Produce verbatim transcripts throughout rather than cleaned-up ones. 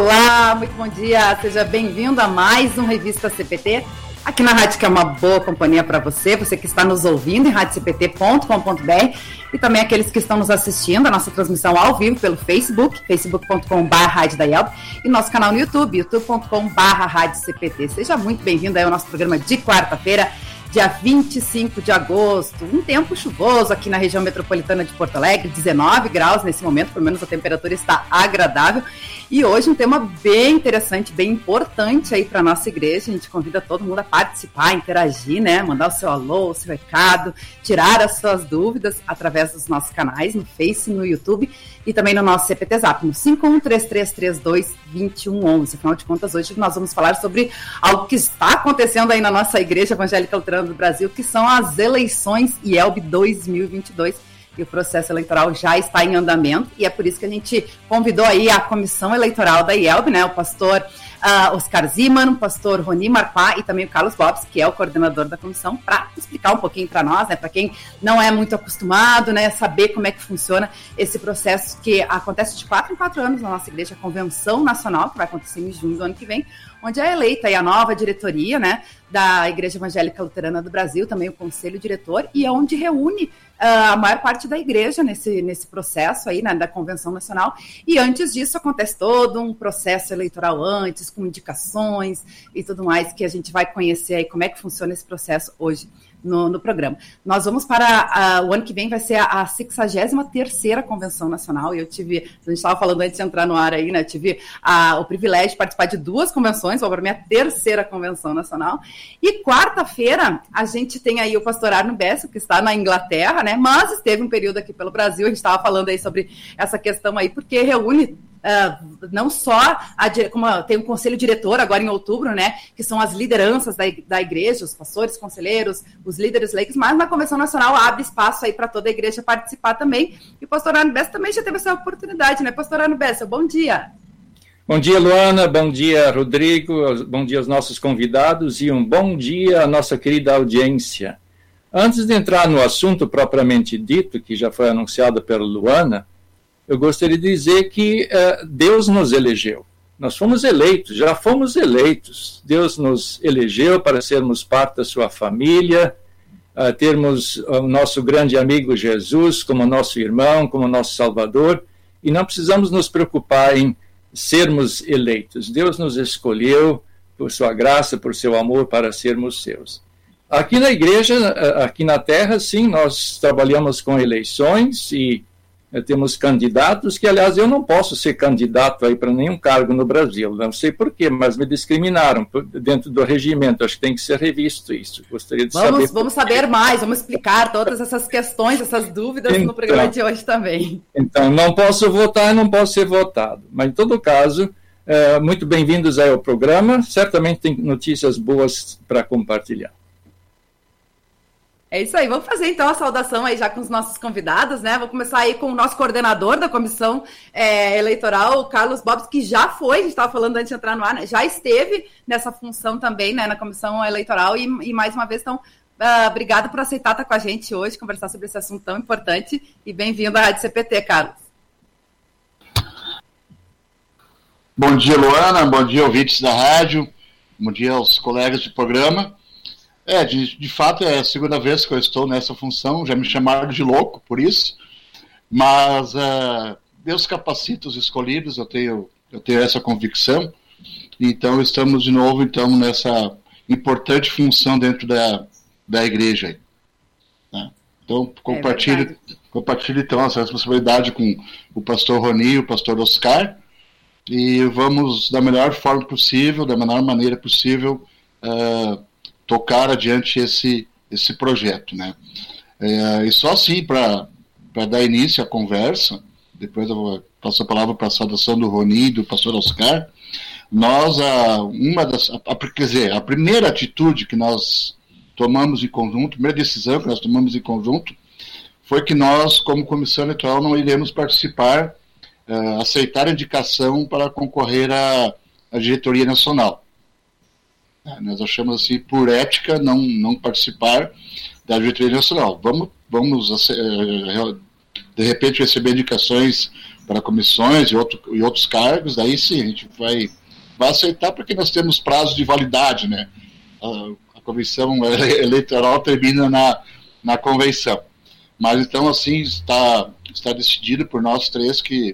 Olá, muito bom dia, seja bem-vindo a mais um Revista C P T, aqui na rádio que é uma boa companhia para você, você que está nos ouvindo em rádio c p t ponto com ponto b r e também aqueles que estão nos assistindo a nossa transmissão ao vivo pelo Facebook, facebook ponto com barra rádio da I E L B, e nosso canal no YouTube, youtube ponto com barra rádio C P T. Seja muito bem-vindo aí ao nosso programa de quarta-feira, dia vinte e cinco de agosto, um tempo chuvoso aqui na região metropolitana de Porto Alegre, dezenove graus nesse momento, pelo menos a temperatura está agradável. E hoje um tema bem interessante, bem importante aí para a nossa igreja. A gente convida todo mundo a participar, interagir, né? Mandar o seu alô, o seu recado, tirar as suas dúvidas através dos nossos canais, no Face, no YouTube e também no nosso C P T Zap, no cinco um três três três dois dois um um um. Afinal de contas, hoje nós vamos falar sobre algo que está acontecendo aí na nossa Igreja Evangélica Luterana do Brasil, que são as eleições I E L B dois mil e vinte e dois. E o processo eleitoral já está em andamento, e é por isso que a gente convidou aí a comissão eleitoral da I E L B, né, o pastor uh, Oscar Ziman, o pastor Roni Marquá e também o Carlos Bobs, que é o coordenador da comissão, para explicar um pouquinho para nós, né, para quem não é muito acostumado, né, saber como é que funciona esse processo que acontece de quatro em quatro anos na nossa igreja, a Convenção Nacional, que vai acontecer em junho do ano que vem, onde é eleita aí a nova diretoria, né, da Igreja Evangélica Luterana do Brasil, também o conselho diretor, e é onde reúne uh, a maior parte da igreja nesse, nesse processo aí, né, da Convenção Nacional. E antes disso acontece todo um processo eleitoral antes, com indicações e tudo mais, que a gente vai conhecer aí como é que funciona esse processo hoje no, no programa. Nós vamos para, uh, o ano que vem vai ser a, a sexagésima terceira Convenção Nacional, e eu tive, a gente estava falando antes de entrar no ar aí, né, tive uh, o privilégio de participar de duas convenções, vou para a minha terceira Convenção Nacional. E quarta-feira a gente tem aí o pastor Arno Bessel, que está na Inglaterra, né? Mas esteve um período aqui pelo Brasil, a gente estava falando aí sobre essa questão aí, porque reúne uh, não só, a, como tem um conselho diretor agora em outubro, né? Que são as lideranças da, da igreja, os pastores, conselheiros, os líderes leigos, mas na Convenção Nacional abre espaço aí para toda a igreja participar também. E o pastor Arno Bessel também já teve essa oportunidade, né? Pastor Arno Bessel, bom dia. Bom dia, Luana, bom dia, Rodrigo, bom dia aos nossos convidados e um bom dia à nossa querida audiência. Antes de entrar no assunto propriamente dito, que já foi anunciado pela Luana, eu gostaria de dizer que uh, Deus nos elegeu. Nós fomos eleitos, já fomos eleitos. Deus nos elegeu para sermos parte da sua família, uh, termos o nosso grande amigo Jesus como nosso irmão, como nosso Salvador, e não precisamos nos preocupar em sermos eleitos. Deus nos escolheu por sua graça, por seu amor, para sermos seus. Aqui na igreja, aqui na terra, sim, nós trabalhamos com eleições e temos candidatos que, aliás, eu não posso ser candidato aí para nenhum cargo no Brasil, não sei porquê, mas me discriminaram dentro do regimento, acho que tem que ser revisto isso. Gostaria de vamos, saber. Vamos saber mais, vamos explicar todas essas questões, essas dúvidas então, no programa de hoje também. Então, não posso votar, não posso ser votado, mas em todo caso, é, muito bem-vindos aí ao programa, certamente tem notícias boas para compartilhar. É isso aí, vamos fazer então a saudação aí já com os nossos convidados, né? Vou começar aí com o nosso coordenador da comissão é, eleitoral, o Carlos Bobs, que já foi, a gente estava falando antes de entrar no ar, né? Já esteve nessa função também, né, na comissão eleitoral e, e mais uma vez, então, uh, obrigado por aceitar estar com a gente hoje, conversar sobre esse assunto tão importante e bem-vindo à Rádio C P T, Carlos. Bom dia, Luana, bom dia, ouvintes da rádio, bom dia aos colegas de programa. É, de, de fato, é a segunda vez que eu estou nessa função, já me chamaram de louco por isso, mas uh, Deus capacita os escolhidos, eu tenho, eu tenho essa convicção, então estamos de novo então, nessa importante função dentro da, da igreja. Né? Então, compartilhe, é compartilhe então essa responsabilidade com o pastor Roni e o pastor Oscar, e vamos, da melhor forma possível, da menor maneira possível, uh, tocar adiante esse, esse projeto, né? É, e só assim, para dar início à conversa, depois eu vou passar a palavra para a saudação do Roni e do pastor Oscar, nós, a, uma das, a, a, quer dizer, a primeira atitude que nós tomamos em conjunto, a primeira decisão que nós tomamos em conjunto, foi que nós, como comissão eleitoral, não iremos participar, uh, aceitar a indicação para concorrer à, à diretoria nacional. Nós achamos assim, por ética, não, não participar da diretoria nacional. Vamos, vamos, de repente, receber indicações para comissões e, outro, e outros cargos, daí sim, a gente vai, vai aceitar, porque nós temos prazo de validade, né? A, a comissão eleitoral termina na, na convenção. Mas então, assim, está, está decidido por nós três que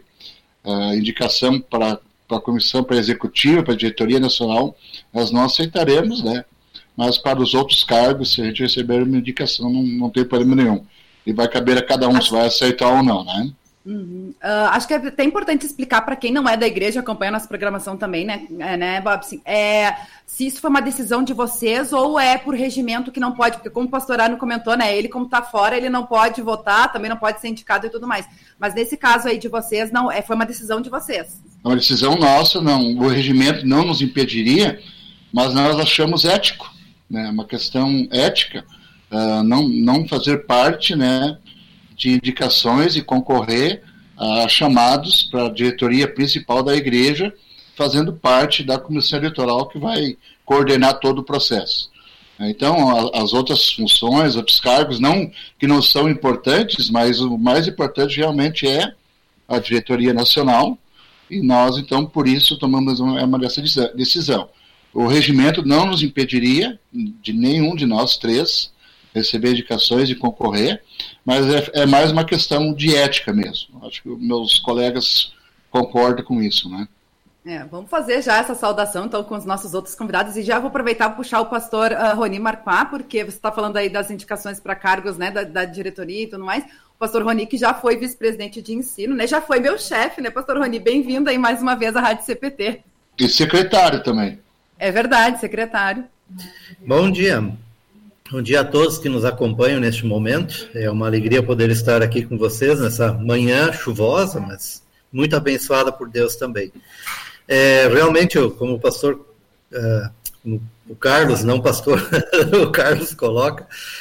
a indicação para a comissão, para a executiva, para a diretoria nacional, nós não aceitaremos, né? Mas para os outros cargos, se a gente receber uma indicação, não, não tem problema nenhum. E vai caber a cada um acho... se vai aceitar ou não, né? Uhum. Uh, acho que é até importante explicar para quem não é da igreja, acompanha a nossa programação também, né, é, né Bob? Assim, é, se isso foi uma decisão de vocês ou é por regimento que não pode, porque como o pastor Arno comentou, né, ele como está fora, ele não pode votar, também não pode ser indicado e tudo mais. Mas nesse caso aí de vocês, não, é, foi uma decisão de vocês. É uma decisão nossa, não, o regimento não nos impediria, mas nós achamos ético, né, uma questão ética, uh, não, não fazer parte, né, de indicações e concorrer a chamados para a diretoria principal da igreja, fazendo parte da comissão eleitoral que vai coordenar todo o processo. Então, a, as outras funções, outros cargos, não que não são importantes, mas o mais importante realmente é a diretoria nacional, e nós, então, por isso, tomamos uma, uma dessa decisão. O regimento não nos impediria, de nenhum de nós três, receber indicações e concorrer, mas é, é mais uma questão de ética mesmo. Acho que meus colegas concordam com isso, né? É, vamos fazer já essa saudação, então, com os nossos outros convidados, e já vou aproveitar para puxar o pastor uh, Roni Marquá, porque você está falando aí das indicações para cargos, né, da, da diretoria e tudo mais. O pastor Roni, que já foi vice-presidente de ensino, né, já foi meu chefe, né, pastor Roni? Bem-vindo aí mais uma vez à Rádio C P T. E secretário também. É verdade, secretário. Bom dia. Bom dia a todos que nos acompanham neste momento. É uma alegria poder estar aqui com vocês nessa manhã chuvosa, mas muito abençoada por Deus também. É, realmente, eu, como o pastor, uh, o Carlos, não pastor, o Carlos coloca,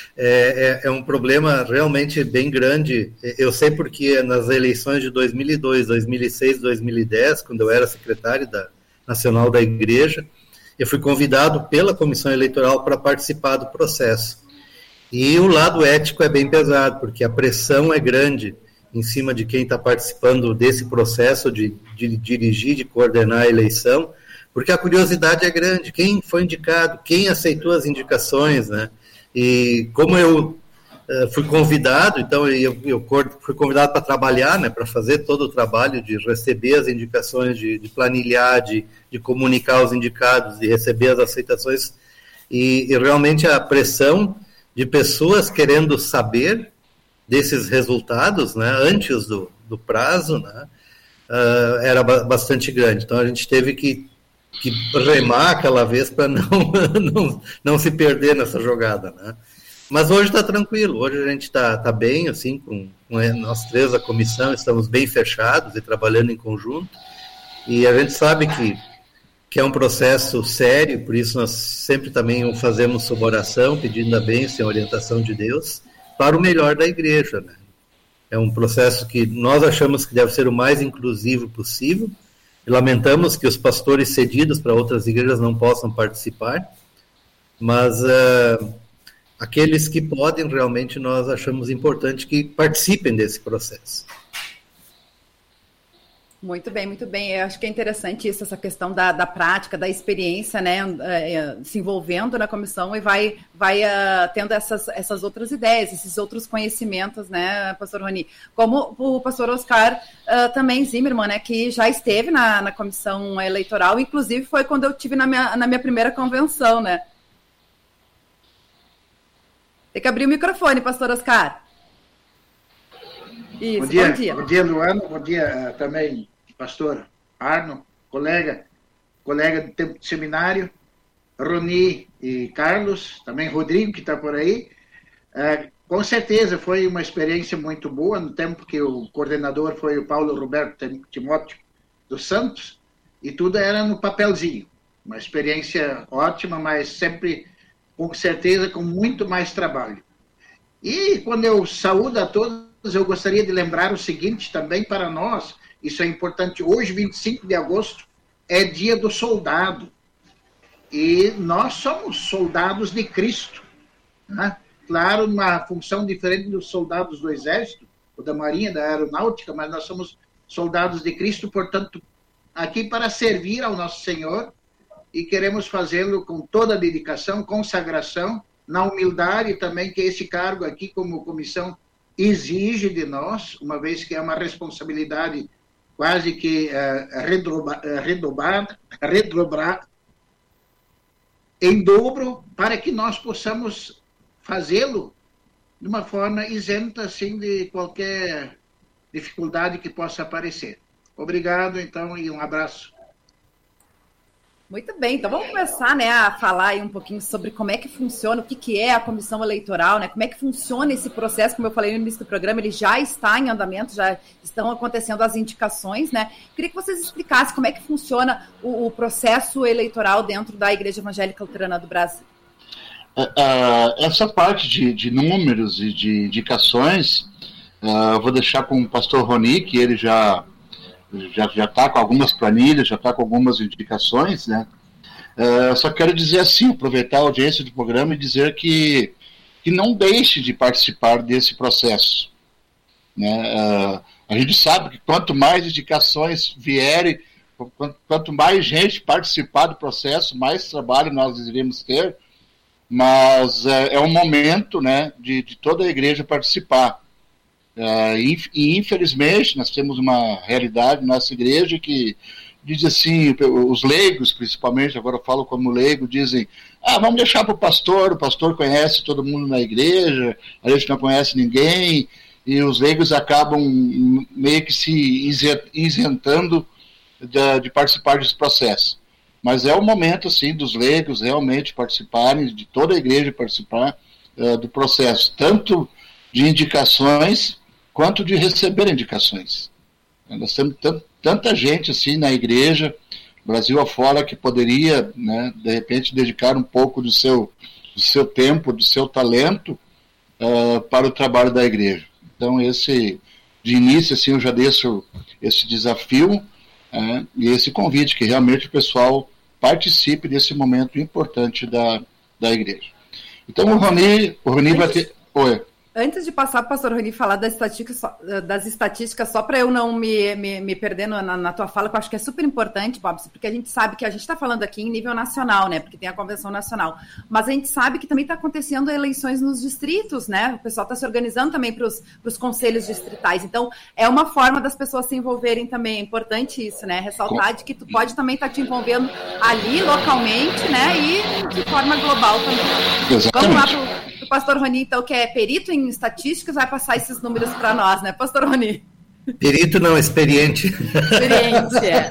é, é, é um problema realmente bem grande. Eu sei porque nas eleições de dois mil e dois, dois mil e seis, dois mil e dez, quando eu era secretário da, nacional da igreja, eu fui convidado pela comissão eleitoral para participar do processo. E o lado ético é bem pesado, porque a pressão é grande em cima de quem está participando desse processo de, de dirigir, de coordenar a eleição, porque a curiosidade é grande. Quem foi indicado, quem aceitou as indicações, né? E como eu uh, fui convidado, então eu, eu fui convidado para trabalhar, né, para fazer todo o trabalho de receber as indicações, de, de planilhar, de, de comunicar os indicados, de receber as aceitações, e, e realmente a pressão de pessoas querendo saber desses resultados, né, antes do, do prazo, né, uh, era ba- bastante grande. Então a gente teve que, que remar aquela vez para não, não, não se perder nessa jogada, né. Mas hoje está tranquilo, hoje a gente está tá bem, assim, com, com nós três, a comissão, estamos bem fechados e trabalhando em conjunto, e a gente sabe que, que é um processo sério, por isso nós sempre também fazemos sob oração, pedindo a bênção e a orientação de Deus, para o melhor da igreja, né? É um processo que nós achamos que deve ser o mais inclusivo possível, e lamentamos que os pastores cedidos para outras igrejas não possam participar, mas uh, aqueles que podem, realmente nós achamos importante que participem desse processo. Muito bem, muito bem. Eu acho que é interessante isso, essa questão da, da prática, da experiência, né, se envolvendo na comissão e vai, vai uh, tendo essas, essas outras ideias, esses outros conhecimentos, né, pastor Roni? Como o pastor Oscar uh, também, Zimmermann, né, que já esteve na, na comissão eleitoral, inclusive foi quando eu estive na minha, na minha primeira convenção, né? Tem que abrir o microfone, pastor Oscar. Isso, bom dia, bom dia. Bom dia, Luana. Bom dia uh, também, pastor Arno, colega, colega do tempo de seminário, Roni e Carlos, também Rodrigo, que está por aí. Uh, com certeza foi uma experiência muito boa, no tempo que o coordenador foi o Paulo Roberto Timóteo dos Santos, e tudo era no papelzinho. Uma experiência ótima, mas sempre, com certeza, com muito mais trabalho. E quando eu saúdo a todos, eu gostaria de lembrar o seguinte também para nós, isso é importante, hoje, vinte e cinco de agosto, é dia do soldado, e nós somos soldados de Cristo, né? Claro, uma função diferente dos soldados do Exército, ou da Marinha, da Aeronáutica, mas nós somos soldados de Cristo, portanto, aqui para servir ao nosso Senhor, e queremos fazê-lo com toda a dedicação, consagração, na humildade também que esse cargo aqui como comissão exige de nós, uma vez que é uma responsabilidade quase que uh, redobrada, redobrada em dobro, para que nós possamos fazê-lo de uma forma isenta, assim, de qualquer dificuldade que possa aparecer. Obrigado, então, e um abraço. Muito bem, então vamos começar, né, a falar aí um pouquinho sobre como é que funciona, o que, que é a comissão eleitoral, né, como é que funciona esse processo. Como eu falei no início do programa, ele já está em andamento, já estão acontecendo as indicações, né. Queria que vocês explicassem como é que funciona o, o processo eleitoral dentro da Igreja Evangélica Luterana do Brasil. Uh, essa parte de, de números e de indicações, uh, eu vou deixar com o pastor Roni, que ele já já já está com algumas planilhas, já está com algumas indicações, né? Uh, só quero dizer assim, aproveitar a audiência do programa e dizer que, que não deixe de participar desse processo, né? Uh, a gente sabe que quanto mais indicações vierem, quanto, quanto mais gente participar do processo, mais trabalho nós iremos ter, mas é, é um momento, né, de, de toda a igreja participar. Uh, e, e infelizmente nós temos uma realidade na nossa igreja que diz assim, os leigos principalmente, agora eu falo como leigo, dizem, ah, vamos deixar para o pastor, o pastor conhece todo mundo na igreja, a gente não conhece ninguém, e os leigos acabam meio que se isentando de, de participar desse processo. Mas é o momento, assim, dos leigos realmente participarem, de toda a igreja participar uh, do processo, tanto de indicações quanto de receber indicações. Nós temos t- tanta gente assim na igreja, Brasil afora, que poderia, né, de repente, dedicar um pouco do seu, do seu tempo, do seu talento uh, para o trabalho da igreja. Então, esse, de início, assim, eu já deixo esse desafio uh, e esse convite, que realmente o pessoal participe desse momento importante da, da igreja. Então, o Roni, o Roni vai ter... Oi. Antes de passar para o pastor Roni falar das estatísticas, só, das estatísticas, só para eu não me, me, me perder na, na tua fala, que eu acho que é super importante, Bob, porque a gente sabe que a gente está falando aqui em nível nacional, né? Porque tem a convenção nacional. Mas a gente sabe que também está acontecendo eleições nos distritos, né? O pessoal está se organizando também para os conselhos distritais. Então, é uma forma das pessoas se envolverem também. É importante isso, né? Ressaltar de que tu pode também estar tá te envolvendo ali, localmente, né? E de forma global também. Exatamente. Vamos lá para o pastor Roni, então, que é perito em estatísticas, vai passar esses números para nós, né, pastor Roni? Perito não, experiente. Experiente, é.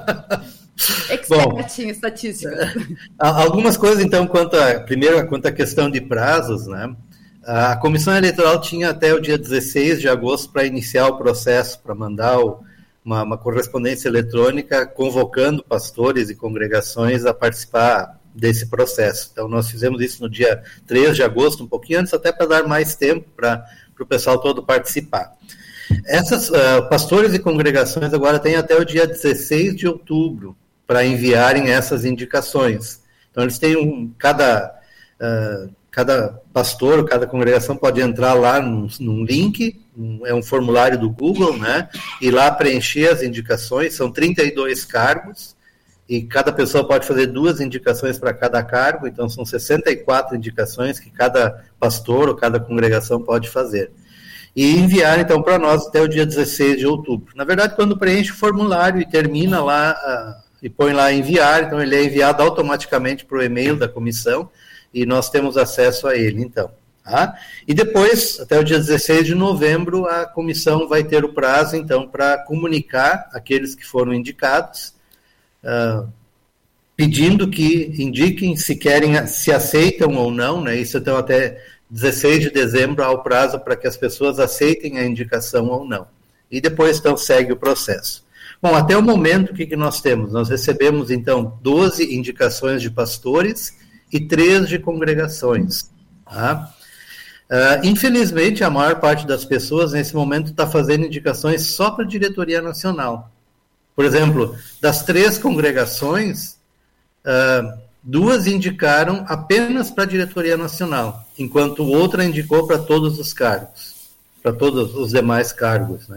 Expert em estatísticas. Algumas coisas, então, quanto a, primeiro, quanto à questão de prazos, né? A comissão eleitoral tinha até o dia dezesseis de agosto para iniciar o processo, para mandar o, uma, uma correspondência eletrônica convocando pastores e congregações a participar desse processo. Então, nós fizemos isso no dia três de agosto, um pouquinho antes, até para dar mais tempo para o pessoal todo participar. Essas uh, pastores e congregações agora têm até o dia dezesseis de outubro para enviarem essas indicações. Então, eles têm um, cada, uh, cada pastor, cada congregação pode entrar lá num, num link, um, é um formulário do Google, né, e lá preencher as indicações, são trinta e dois cargos, e cada pessoa pode fazer duas indicações para cada cargo, então são sessenta e quatro indicações que cada pastor ou cada congregação pode fazer. E enviar, então, para nós até o dia dezesseis de outubro. Na verdade, quando preenche o formulário e termina lá, uh, e põe lá enviar, então ele é enviado automaticamente para o e-mail da comissão, e nós temos acesso a ele, então. Tá? E depois, até o dia dezesseis de novembro, a comissão vai ter o prazo, então, para comunicar aqueles que foram indicados, Uh, pedindo que indiquem se querem, se aceitam ou não, né? Isso então até dezesseis de dezembro há o prazo para que as pessoas aceitem a indicação ou não. E depois então segue o processo. Bom, até o momento o que, que nós temos? Nós recebemos então doze indicações de pastores e três de congregações. Tá? Uh, infelizmente a maior parte das pessoas nesse momento está fazendo indicações só para a diretoria nacional. Por exemplo, das três congregações, uh, duas indicaram apenas para a diretoria nacional, enquanto outra indicou para todos os cargos, para todos os demais cargos, né?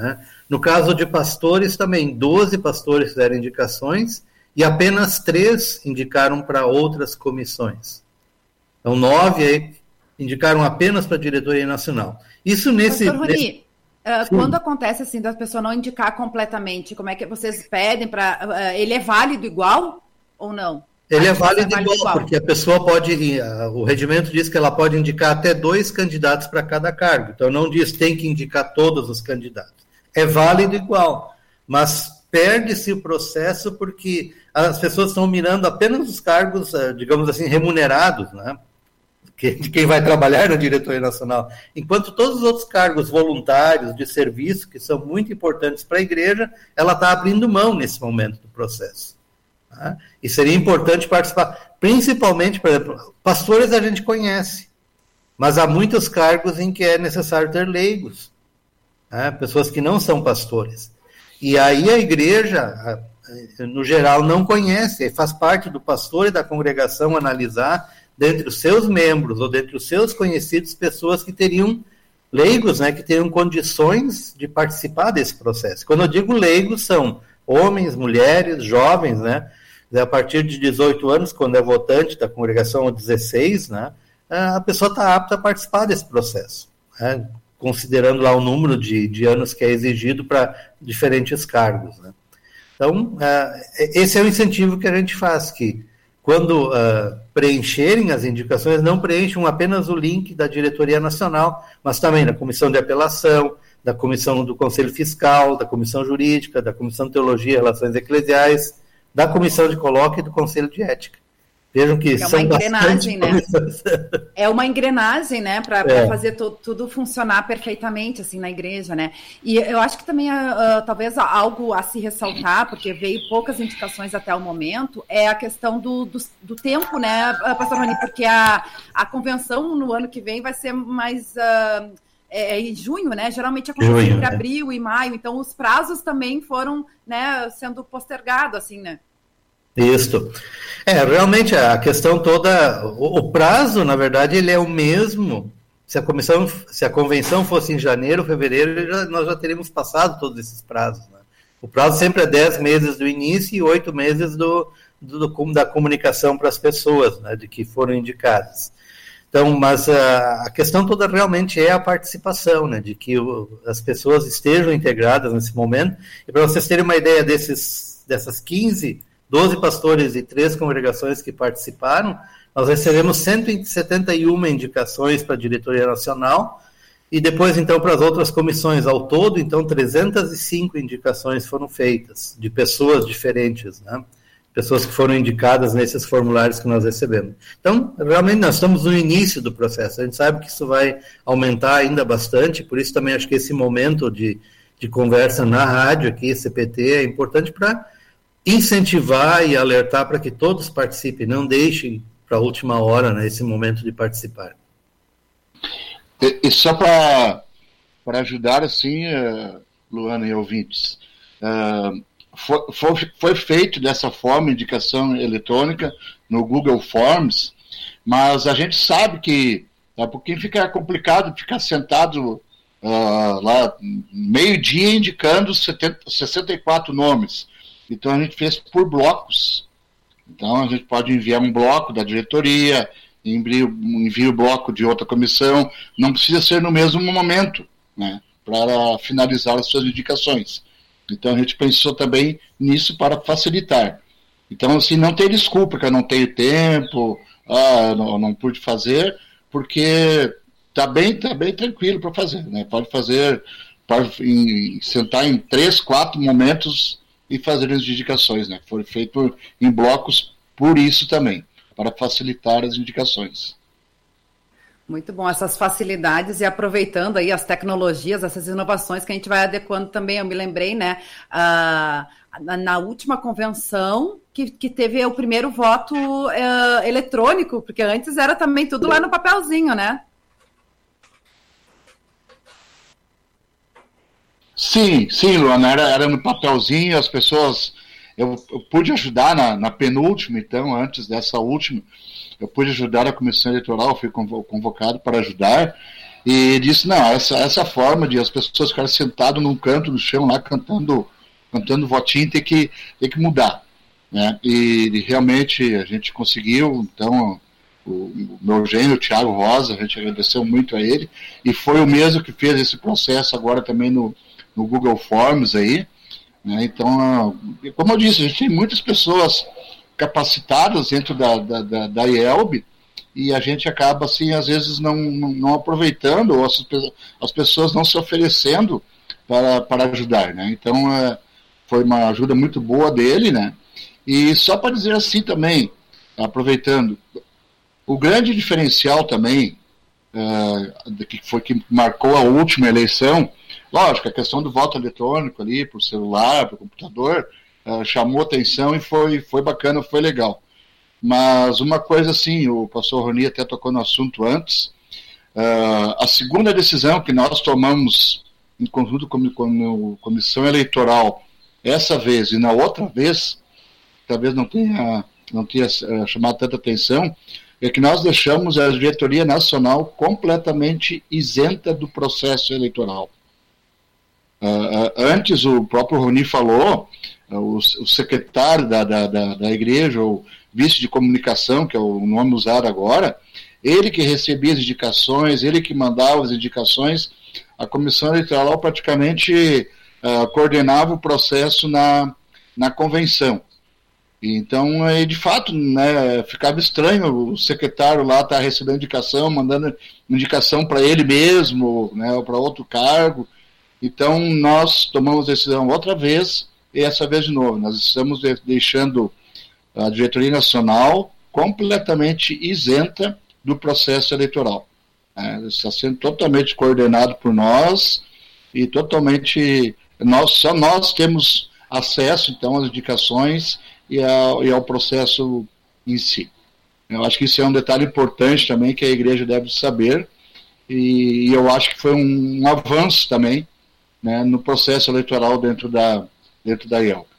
No caso de pastores também, doze pastores fizeram indicações e apenas três indicaram para outras comissões. Então, nove aí indicaram apenas para a diretoria nacional. Isso nesse... Pastor Rony, nesse... Uh, quando acontece assim da pessoa não indicar completamente, como é que vocês pedem para uh, ele é válido igual ou não? Ele é válido, é válido igual, igual, porque a pessoa pode, o regimento diz que ela pode indicar até dois candidatos para cada cargo. Então não diz tem que indicar todos os candidatos. É válido igual, mas perde-se o processo porque as pessoas estão mirando apenas os cargos, digamos assim, remunerados, né? De quem vai trabalhar na diretoria nacional, enquanto todos os outros cargos voluntários de serviço, que são muito importantes para a igreja, ela está abrindo mão nesse momento do processo. Tá? E seria importante participar, principalmente, por exemplo, pastores a gente conhece, mas há muitos cargos em que é necessário ter leigos, tá? Pessoas que não são pastores. E aí a igreja, no geral, não conhece, faz parte do pastor e da congregação analisar dentre os seus membros ou dentre os seus conhecidos, pessoas que teriam leigos, né, que teriam condições de participar desse processo. Quando eu digo leigos, são homens, mulheres, jovens, né, a partir de dezoito anos, quando é votante da congregação, ou dezesseis, né, a pessoa está apta a participar desse processo, né, considerando lá o número de, de anos que é exigido para diferentes cargos. Né. Então, esse é o incentivo que a gente faz, que quando uh, preencherem as indicações, não preencham apenas o link da diretoria nacional, mas também da comissão de apelação, da comissão do Conselho Fiscal, da comissão jurídica, da comissão de teologia e relações eclesiais, da comissão de colóquio e do Conselho de ética. Vejam que é são uma engrenagem, né? Comissões. É uma engrenagem, né, para é. fazer tu, tudo funcionar perfeitamente, assim, na igreja, né? E eu acho que também, uh, talvez, algo a se ressaltar, porque veio poucas indicações até o momento, é a questão do, do, do tempo, né, Pastor Rony? Porque a, a convenção no ano que vem vai ser mais... Uh, é, em junho, né? Geralmente acontece junho, entre é. abril e maio, então os prazos também foram, né, sendo postergados, assim, né? Isso. É, realmente a questão toda, o, o prazo, na verdade, ele é o mesmo. Se a comissão, se a convenção fosse em janeiro, fevereiro, já, nós já teríamos passado todos esses prazos. Né? O prazo sempre é dez meses do início e oito meses do, do, do, da comunicação para as pessoas, né, de que foram indicadas. Então, mas a, a questão toda realmente é a participação, né, de que o, as pessoas estejam integradas nesse momento. E para vocês terem uma ideia desses, dessas quinze, doze pastores e três congregações que participaram, nós recebemos cento e setenta e uma indicações para a diretoria nacional e depois, então, para as outras comissões. Ao todo, então, trezentas e cinco indicações foram feitas, de pessoas diferentes, né? Pessoas que foram indicadas nesses formulários que nós recebemos. Então, realmente, nós estamos no início do processo. A gente sabe que isso vai aumentar ainda bastante, por isso também acho que esse momento de, de conversa na rádio aqui, C P T, é importante para incentivar e alertar para que todos participem, não deixem para a última hora, né, esse momento de participar. E, e só para ajudar, assim, uh, Luana e ouvintes, uh, foi, foi, foi feito dessa forma, indicação eletrônica, no Google Forms, mas a gente sabe que é um pouquinho fica complicado ficar sentado uh, lá meio-dia indicando setenta, sessenta e quatro nomes. Então a gente fez por blocos. Então a gente pode enviar um bloco da diretoria, envia, envia o bloco de outra comissão, não precisa ser no mesmo momento, né, para finalizar as suas indicações. Então a gente pensou também nisso para facilitar. Então, assim, não tem desculpa que eu não tenho tempo, ah, não, não pude fazer, porque está bem, tá bem tranquilo para fazer, né? Pode fazer, pode em, sentar em três, quatro momentos e fazer as indicações, né? Foi feito em blocos por isso também, para facilitar as indicações. Muito bom, essas facilidades e aproveitando aí as tecnologias, essas inovações que a gente vai adequando também. Eu me lembrei, né, uh, na, na última convenção que, que teve o primeiro voto uh, eletrônico, porque antes era também tudo lá no papelzinho, né? Sim, sim, Luana, era, era no papelzinho, as pessoas, eu, eu pude ajudar na, na penúltima, então, antes dessa última, eu pude ajudar a comissão eleitoral, fui convocado para ajudar, e disse, não, essa, essa forma de as pessoas ficarem sentadas num canto do chão lá cantando, cantando votinho tem que, tem que mudar, né? E, e realmente a gente conseguiu, então o, o meu genro, o Thiago Rosa, a gente agradeceu muito a ele, e foi o mesmo que fez esse processo agora também no, no Google Forms aí, né? Então, como eu disse, a gente tem muitas pessoas capacitadas dentro da, da, da, da I E L B, e a gente acaba, assim, às vezes não, não, não aproveitando, ou as, as pessoas não se oferecendo para, para ajudar, né? Então, é, foi uma ajuda muito boa dele, né? E só para dizer assim também, aproveitando, o grande diferencial também, é, que foi que marcou a última eleição, lógico, a questão do voto eletrônico ali, por celular, por computador, é, chamou atenção e foi, foi bacana, foi legal. Mas uma coisa assim, o pastor Roni até tocou no assunto antes, uh, a segunda decisão que nós tomamos em conjunto com a comissão eleitoral, essa vez e na outra vez, talvez não tenha, não tenha uh, chamado tanta atenção, é que nós deixamos a diretoria nacional completamente isenta do processo eleitoral. Uh, uh, antes o próprio Roni falou, uh, o, o secretário da, da, da, da igreja, o vice de comunicação, que é o nome usado agora, ele que recebia as indicações, ele que mandava as indicações, a comissão eleitoral praticamente uh, coordenava o processo na, na convenção. Então, é, de fato, né, ficava estranho o secretário lá estar tá recebendo indicação, mandando indicação para ele mesmo, né, ou para outro cargo. Então, nós tomamos a decisão outra vez, e essa vez de novo. Nós estamos de, deixando a diretoria nacional completamente isenta do processo eleitoral. É, está sendo totalmente coordenado por nós, e totalmente, nós, só nós temos acesso, então, às indicações e ao, e ao processo em si. Eu acho que isso é um detalhe importante também, que a igreja deve saber, e, e eu acho que foi um, um avanço também, né, no processo eleitoral dentro da, dentro da I E L B.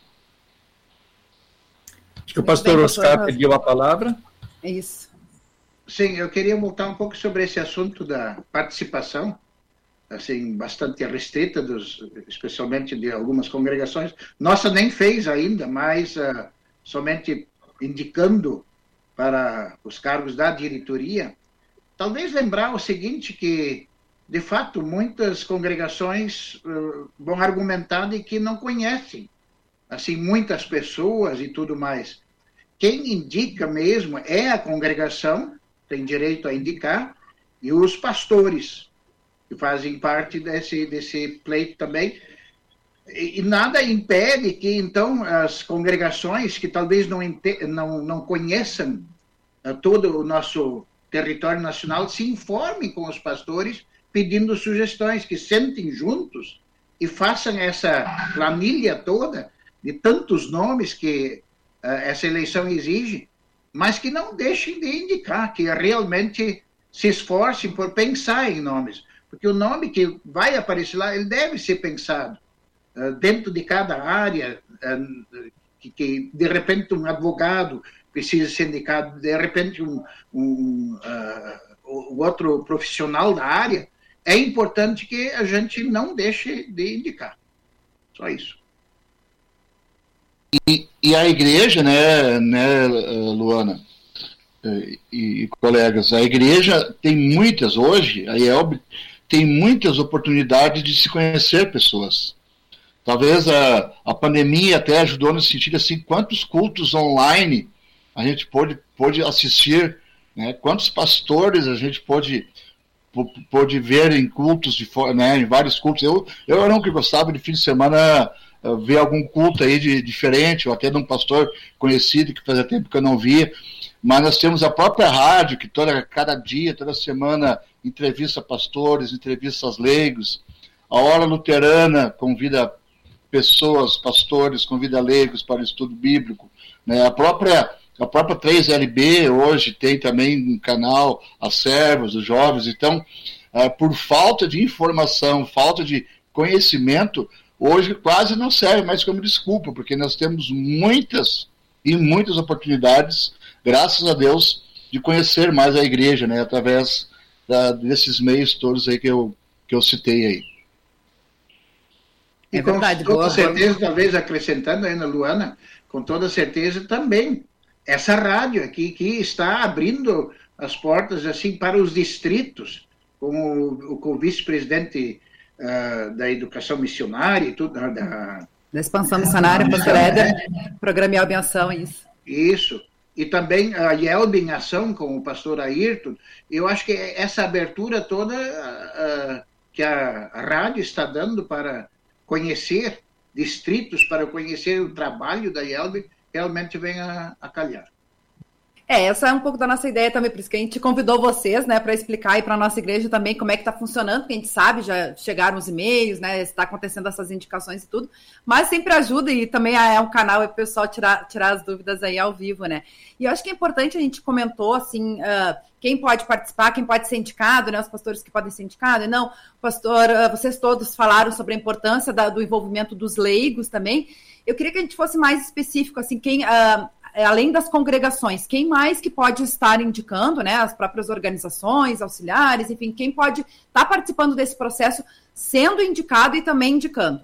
Acho que o pastor bem, Oscar pastor... pediu a palavra. Isso. Sim, eu queria voltar um pouco sobre esse assunto da participação, assim, bastante restrita, dos, especialmente de algumas congregações. Nossa nem fez ainda, mas uh, somente indicando para os cargos da diretoria. Talvez lembrar o seguinte, que, de fato, muitas congregações uh, vão argumentar de que não conhecem assim, muitas pessoas e tudo mais. Quem indica mesmo é a congregação, tem direito a indicar, e os pastores, que fazem parte desse, desse pleito também. E, e nada impede que, então, as congregações que talvez não, não, não conheçam uh, todo o nosso território nacional se informem com os pastores, pedindo sugestões, que sentem juntos e façam essa planilha toda de tantos nomes que uh, essa eleição exige, mas que não deixem de indicar, que realmente se esforcem por pensar em nomes, porque o nome que vai aparecer lá, ele deve ser pensado uh, dentro de cada área, uh, que, que de repente um advogado precisa ser indicado, de repente um, um uh, outro profissional da área, é importante que a gente não deixe de indicar. Só isso. E, e a igreja, né, né Luana e, e colegas, a igreja tem muitas, hoje, a I E L B tem muitas oportunidades de se conhecer pessoas. Talvez a, a pandemia até ajudou no sentido assim, quantos cultos online a gente pôde, pôde assistir, né, quantos pastores a gente pôde, pôde ver em cultos, de, né, em vários cultos. Eu, eu era um que gostava de fim de semana ver algum culto aí de, diferente, ou até de um pastor conhecido que fazia tempo que eu não via, mas nós temos a própria rádio, que toda, cada dia, toda semana, entrevista pastores, entrevistas leigos, a Hora Luterana convida pessoas, pastores, convida leigos para o estudo bíblico, né? a, própria, a própria três L B hoje tem também um canal, as servas, os jovens, então, uh, por falta de informação, falta de conhecimento, hoje quase não serve mais como desculpa, porque nós temos muitas e muitas oportunidades, graças a Deus, de conhecer mais a igreja, né, através da, desses meios todos aí que eu, que eu citei aí. E é com verdade, toda boa, certeza, boa. Talvez acrescentando aí na Luana, com toda certeza também, essa rádio aqui que está abrindo as portas assim para os distritos, como o, o vice-presidente uh, da educação missionária e tudo, da, da expansão missionária, pastor Éder, programa Yelb em Ação, isso. Isso. E também a Yelb em Ação, com o pastor Ayrton. Eu acho que essa abertura toda uh, que a, a rádio está dando para conhecer distritos, para conhecer o trabalho da Yelb, realmente vem a, a calhar. É, essa é um pouco da nossa ideia também, por isso que a gente convidou vocês, né, para explicar aí para a nossa igreja também como é que está funcionando, porque a gente sabe, já chegaram os e-mails, né, está acontecendo essas indicações e tudo, mas sempre ajuda e também é um canal para o pessoal tirar, tirar as dúvidas aí ao vivo, né. E eu acho que é importante, a gente comentou, assim, uh, quem pode participar, quem pode ser indicado, né, os pastores que podem ser indicados, não, pastor, uh, vocês todos falaram sobre a importância da, do envolvimento dos leigos também. Eu queria que a gente fosse mais específico, assim, quem... Uh, além das congregações, quem mais que pode estar indicando, né, as próprias organizações, auxiliares, enfim, quem pode estar participando desse processo, sendo indicado e também indicando?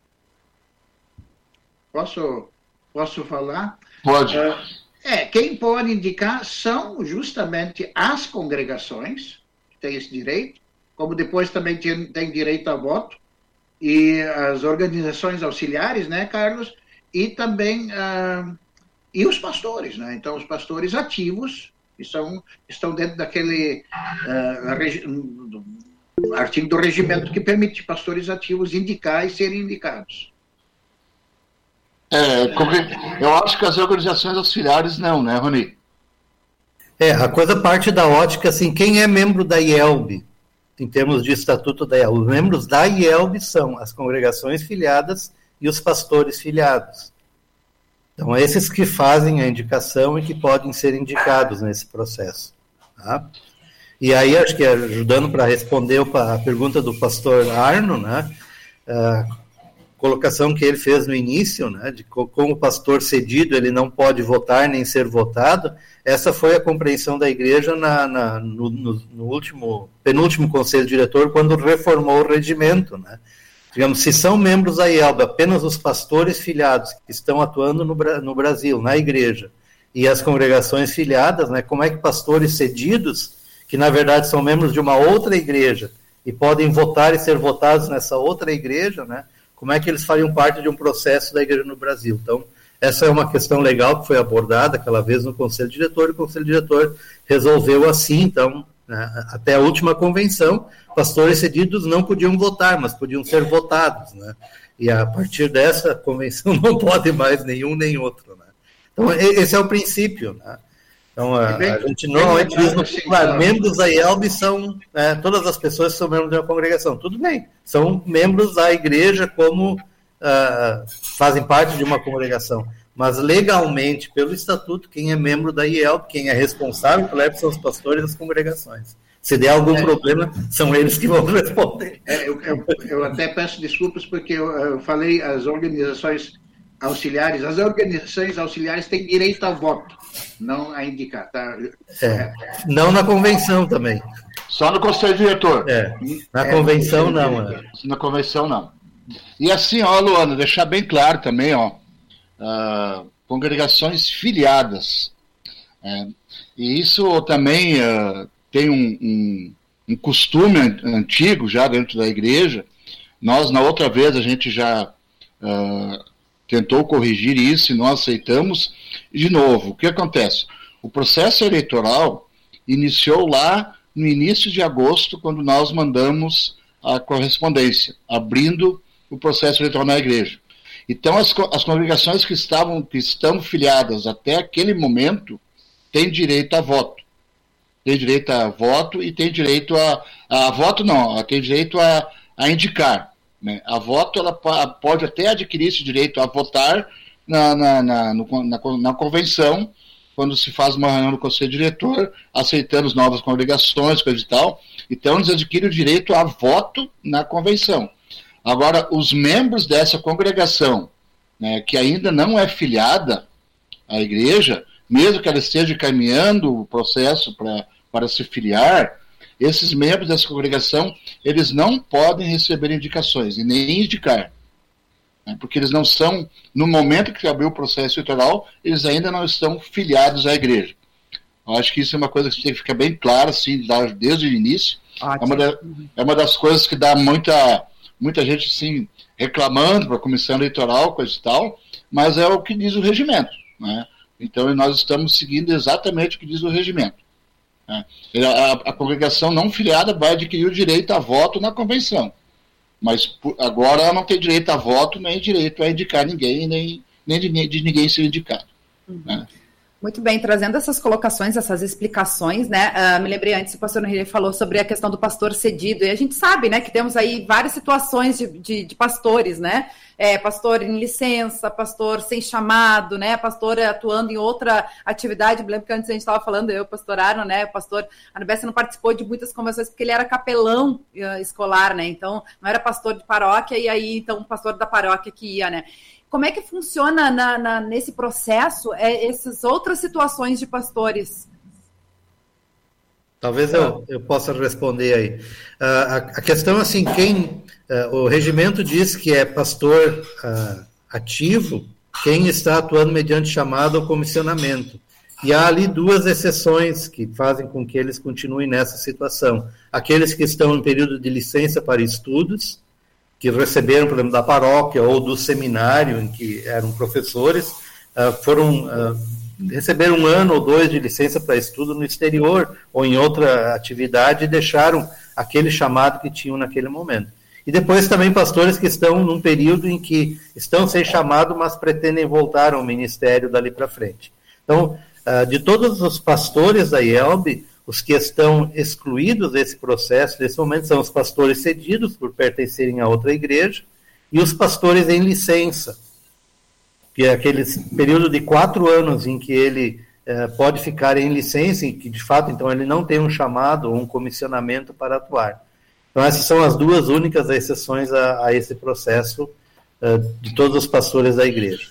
Posso, posso falar? Pode. Uh, é, quem pode indicar são justamente as congregações, que têm esse direito, como depois também tem, tem direito a voto, e as organizações auxiliares, né, Carlos, e também... Uh, E os pastores, né? Então, os pastores ativos que são, estão dentro daquele uh, regi- artigo do regimento que permite pastores ativos indicar e serem indicados. É, eu acho que as organizações auxiliares não, né, Rony? É, a coisa parte da ótica, assim, quem é membro da Yelb, em termos de estatuto da Yelb? Os membros da Yelb são as congregações filiadas e os pastores filiados. Então, esses que fazem a indicação e que podem ser indicados nesse processo. Tá? E aí, acho que ajudando para responder a pergunta do pastor Arno, né, a colocação que ele fez no início, né, de como o pastor cedido ele não pode votar nem ser votado, essa foi a compreensão da igreja na, na, no, no, no último, penúltimo conselho diretor, quando reformou o regimento, né. Digamos, se são membros da Yelb apenas os pastores filiados que estão atuando no, no Brasil, na igreja, e as congregações filiadas, né, como é que pastores cedidos, que na verdade são membros de uma outra igreja, e podem votar e ser votados nessa outra igreja, né, como é que eles fariam parte de um processo da igreja no Brasil? Então, essa é uma questão legal que foi abordada aquela vez no Conselho Diretor, e o Conselho Diretor resolveu assim, então... Até a última convenção, pastores cedidos não podiam votar, mas podiam ser votados, né? E a partir dessa convenção não pode mais nenhum nem outro, né? Então, esse é o princípio, né? Então, a, bem, a gente normalmente diz no popular, membros da Yelb são, né, todas as pessoas que são membros de uma congregação. Tudo bem, são membros da igreja como uh, fazem parte de uma congregação. Mas legalmente, pelo estatuto, quem é membro da Yelb, quem é responsável pela Yelb são os pastores das congregações. Se der algum é, problema, são eles que vão responder. É, eu, eu, eu até peço desculpas porque eu, eu falei as organizações auxiliares. As organizações auxiliares têm direito a voto, não a indicar. Tá? É, não na convenção também. Só no Conselho Diretor. É, na é, convenção não. É. Na convenção não. E assim, ó, Luana, deixar bem claro também, ó, Uh, congregações filiadas. É, e isso também uh, tem um, um, um costume antigo já dentro da igreja. Nós, na outra vez, a gente já uh, tentou corrigir isso e nós aceitamos. De novo, o que acontece? O processo eleitoral iniciou lá no início de agosto, quando nós mandamos a correspondência, abrindo o processo eleitoral na igreja. Então, as, as congregações que, estavam, que estão filiadas até aquele momento têm direito a voto. Tem direito a voto e tem direito a... A voto não, tem direito a, a indicar. Né? A voto, ela pode até adquirir esse direito a votar na, na, na, no, na, na convenção, quando se faz uma reunião no Conselho Diretor, aceitando as novas congregações, coisa e tal. Então, eles adquirem o direito a voto na convenção. Agora, os membros dessa congregação, né, que ainda não é filiada à igreja, mesmo que ela esteja caminhando o processo pra, para se filiar, esses membros dessa congregação, eles não podem receber indicações e nem indicar, né, porque eles não são, no momento que abriu o processo eleitoral, eles ainda não estão filiados à igreja. Eu acho que isso é uma coisa que tem que ficar bem clara, assim, desde o início. É uma, da, é uma das coisas que dá muita, muita gente, assim, reclamando para a comissão eleitoral, coisa e tal, mas é o que diz o regimento, né? Então, nós estamos seguindo exatamente o que diz o regimento. Né? A, a congregação não filiada vai adquirir o direito a voto na convenção, mas por, agora ela não tem direito a voto, nem direito a indicar ninguém, nem, nem de, de ninguém ser indicado. Uhum. Né? Muito bem, trazendo essas colocações, essas explicações, né, uh, me lembrei antes, o pastor Henrique falou sobre a questão do pastor cedido, e a gente sabe, né, que temos aí várias situações de, de, de pastores, né, é, pastor em licença, pastor sem chamado, né, pastor atuando em outra atividade. Me lembro que antes a gente estava falando, eu, pastor Arno, né, o pastor Anubessa não participou de muitas convenções porque ele era capelão uh, escolar, né, então não era pastor de paróquia, e aí então o pastor da paróquia que ia, né. Como é que funciona na, na, nesse processo é, essas outras situações de pastores? Talvez eu, eu possa responder aí. Uh, a, a questão, assim, quem... Uh, o regimento diz que é pastor uh, ativo quem está atuando mediante chamado ou comissionamento. E há ali duas exceções que fazem com que eles continuem nessa situação. Aqueles que estão em período de licença para estudos, que receberam, por exemplo, da paróquia ou do seminário em que eram professores, uh, foram uh, receberam um ano ou dois de licença para estudo no exterior ou em outra atividade e deixaram aquele chamado que tinham naquele momento. E depois também pastores que estão num período em que estão sem chamado, mas pretendem voltar ao ministério dali para frente. Então, uh, de todos os pastores da I E L B, os que estão excluídos desse processo, nesse momento, são os pastores cedidos por pertencerem a outra igreja e os pastores em licença, que é aquele período de quatro anos em que ele eh, pode ficar em licença e que, de fato, então, ele não tem um chamado ou um comissionamento para atuar. Então, essas são as duas únicas exceções a, a esse processo eh, de todos os pastores da igreja.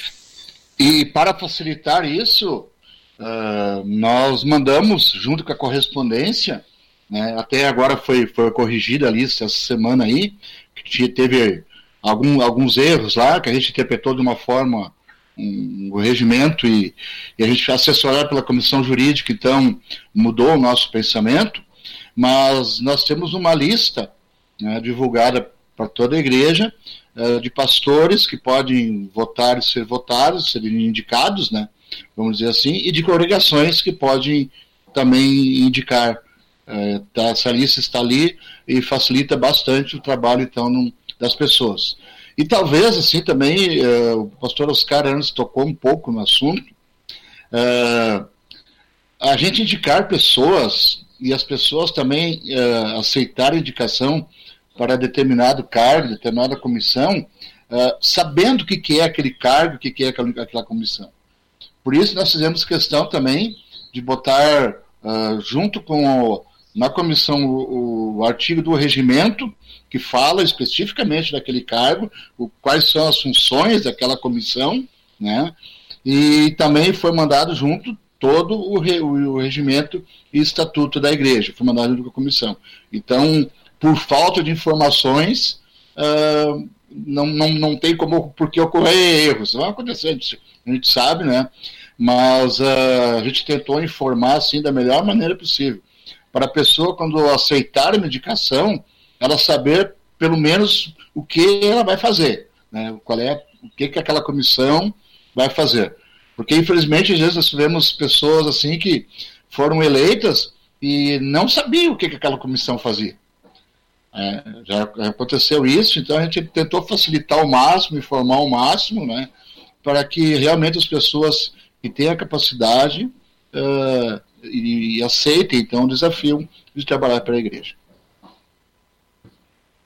E para facilitar isso... Uh, nós mandamos, junto com a correspondência, né, até agora foi, foi corrigida a lista essa semana aí, que teve algum, alguns erros lá, que a gente interpretou de uma forma um, um regimento e, e a gente, assessorado pela comissão jurídica, então mudou o nosso pensamento, mas nós temos uma lista, né, divulgada para toda a igreja, uh, de pastores que podem votar e ser votados, serem indicados, né, vamos dizer assim, e de congregações que podem também indicar. É, tá, essa lista está ali e facilita bastante o trabalho, então, num, das pessoas. E talvez, assim, também, é, o pastor Oscar antes tocou um pouco no assunto, é, a gente indicar pessoas e as pessoas também é, aceitarem indicação para determinado cargo, determinada comissão, é, sabendo o que, que é aquele cargo, o que, que é aquela, aquela comissão. Por isso, nós fizemos questão também de botar, uh, junto com, o, na comissão, o, o artigo do regimento, que fala especificamente daquele cargo, o, quais são as funções daquela comissão, né? E também foi mandado junto todo o, re, o, o regimento e estatuto da igreja, foi mandado junto com a comissão. Então, por falta de informações, uh, não, não, não tem como, porque ocorrer erros. Vai acontecer, a gente, a gente sabe, né? Mas uh, a gente tentou informar, assim, da melhor maneira possível, para a pessoa, quando aceitar a medicação, ela saber, pelo menos, o que ela vai fazer, né? Qual é, o que, que aquela comissão vai fazer. Porque, infelizmente, às vezes nós tivemos pessoas, assim, que foram eleitas e não sabiam o que, que aquela comissão fazia. É, já aconteceu isso, então a gente tentou facilitar ao máximo, informar ao máximo, né, para que realmente as pessoas que têm a capacidade uh, e, e aceitem, então, o desafio de trabalhar para a igreja.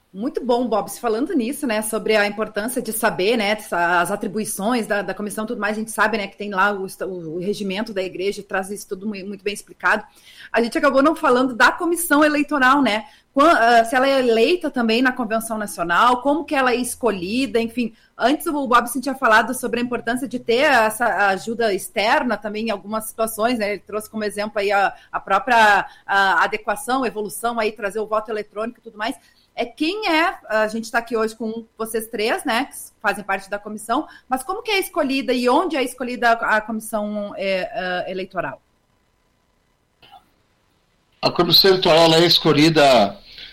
Muito bom, Bob, falando nisso, né, sobre a importância de saber, né, as atribuições da, da comissão e tudo mais, a gente sabe, né, que tem lá o, o, o regimento da igreja, traz isso tudo muito bem explicado. A gente acabou não falando da comissão eleitoral, né, se ela é eleita também na Convenção Nacional, como que ela é escolhida, enfim. Antes o Bob tinha falado sobre a importância de ter essa ajuda externa também em algumas situações, né, ele trouxe como exemplo aí a, a própria a adequação, evolução, aí trazer o voto eletrônico e tudo mais. É quem é, a gente está aqui hoje com vocês três, né, que fazem parte da comissão, mas como que é escolhida e onde é escolhida a comissão é, uh, eleitoral? A comissão eleitoral é escolhida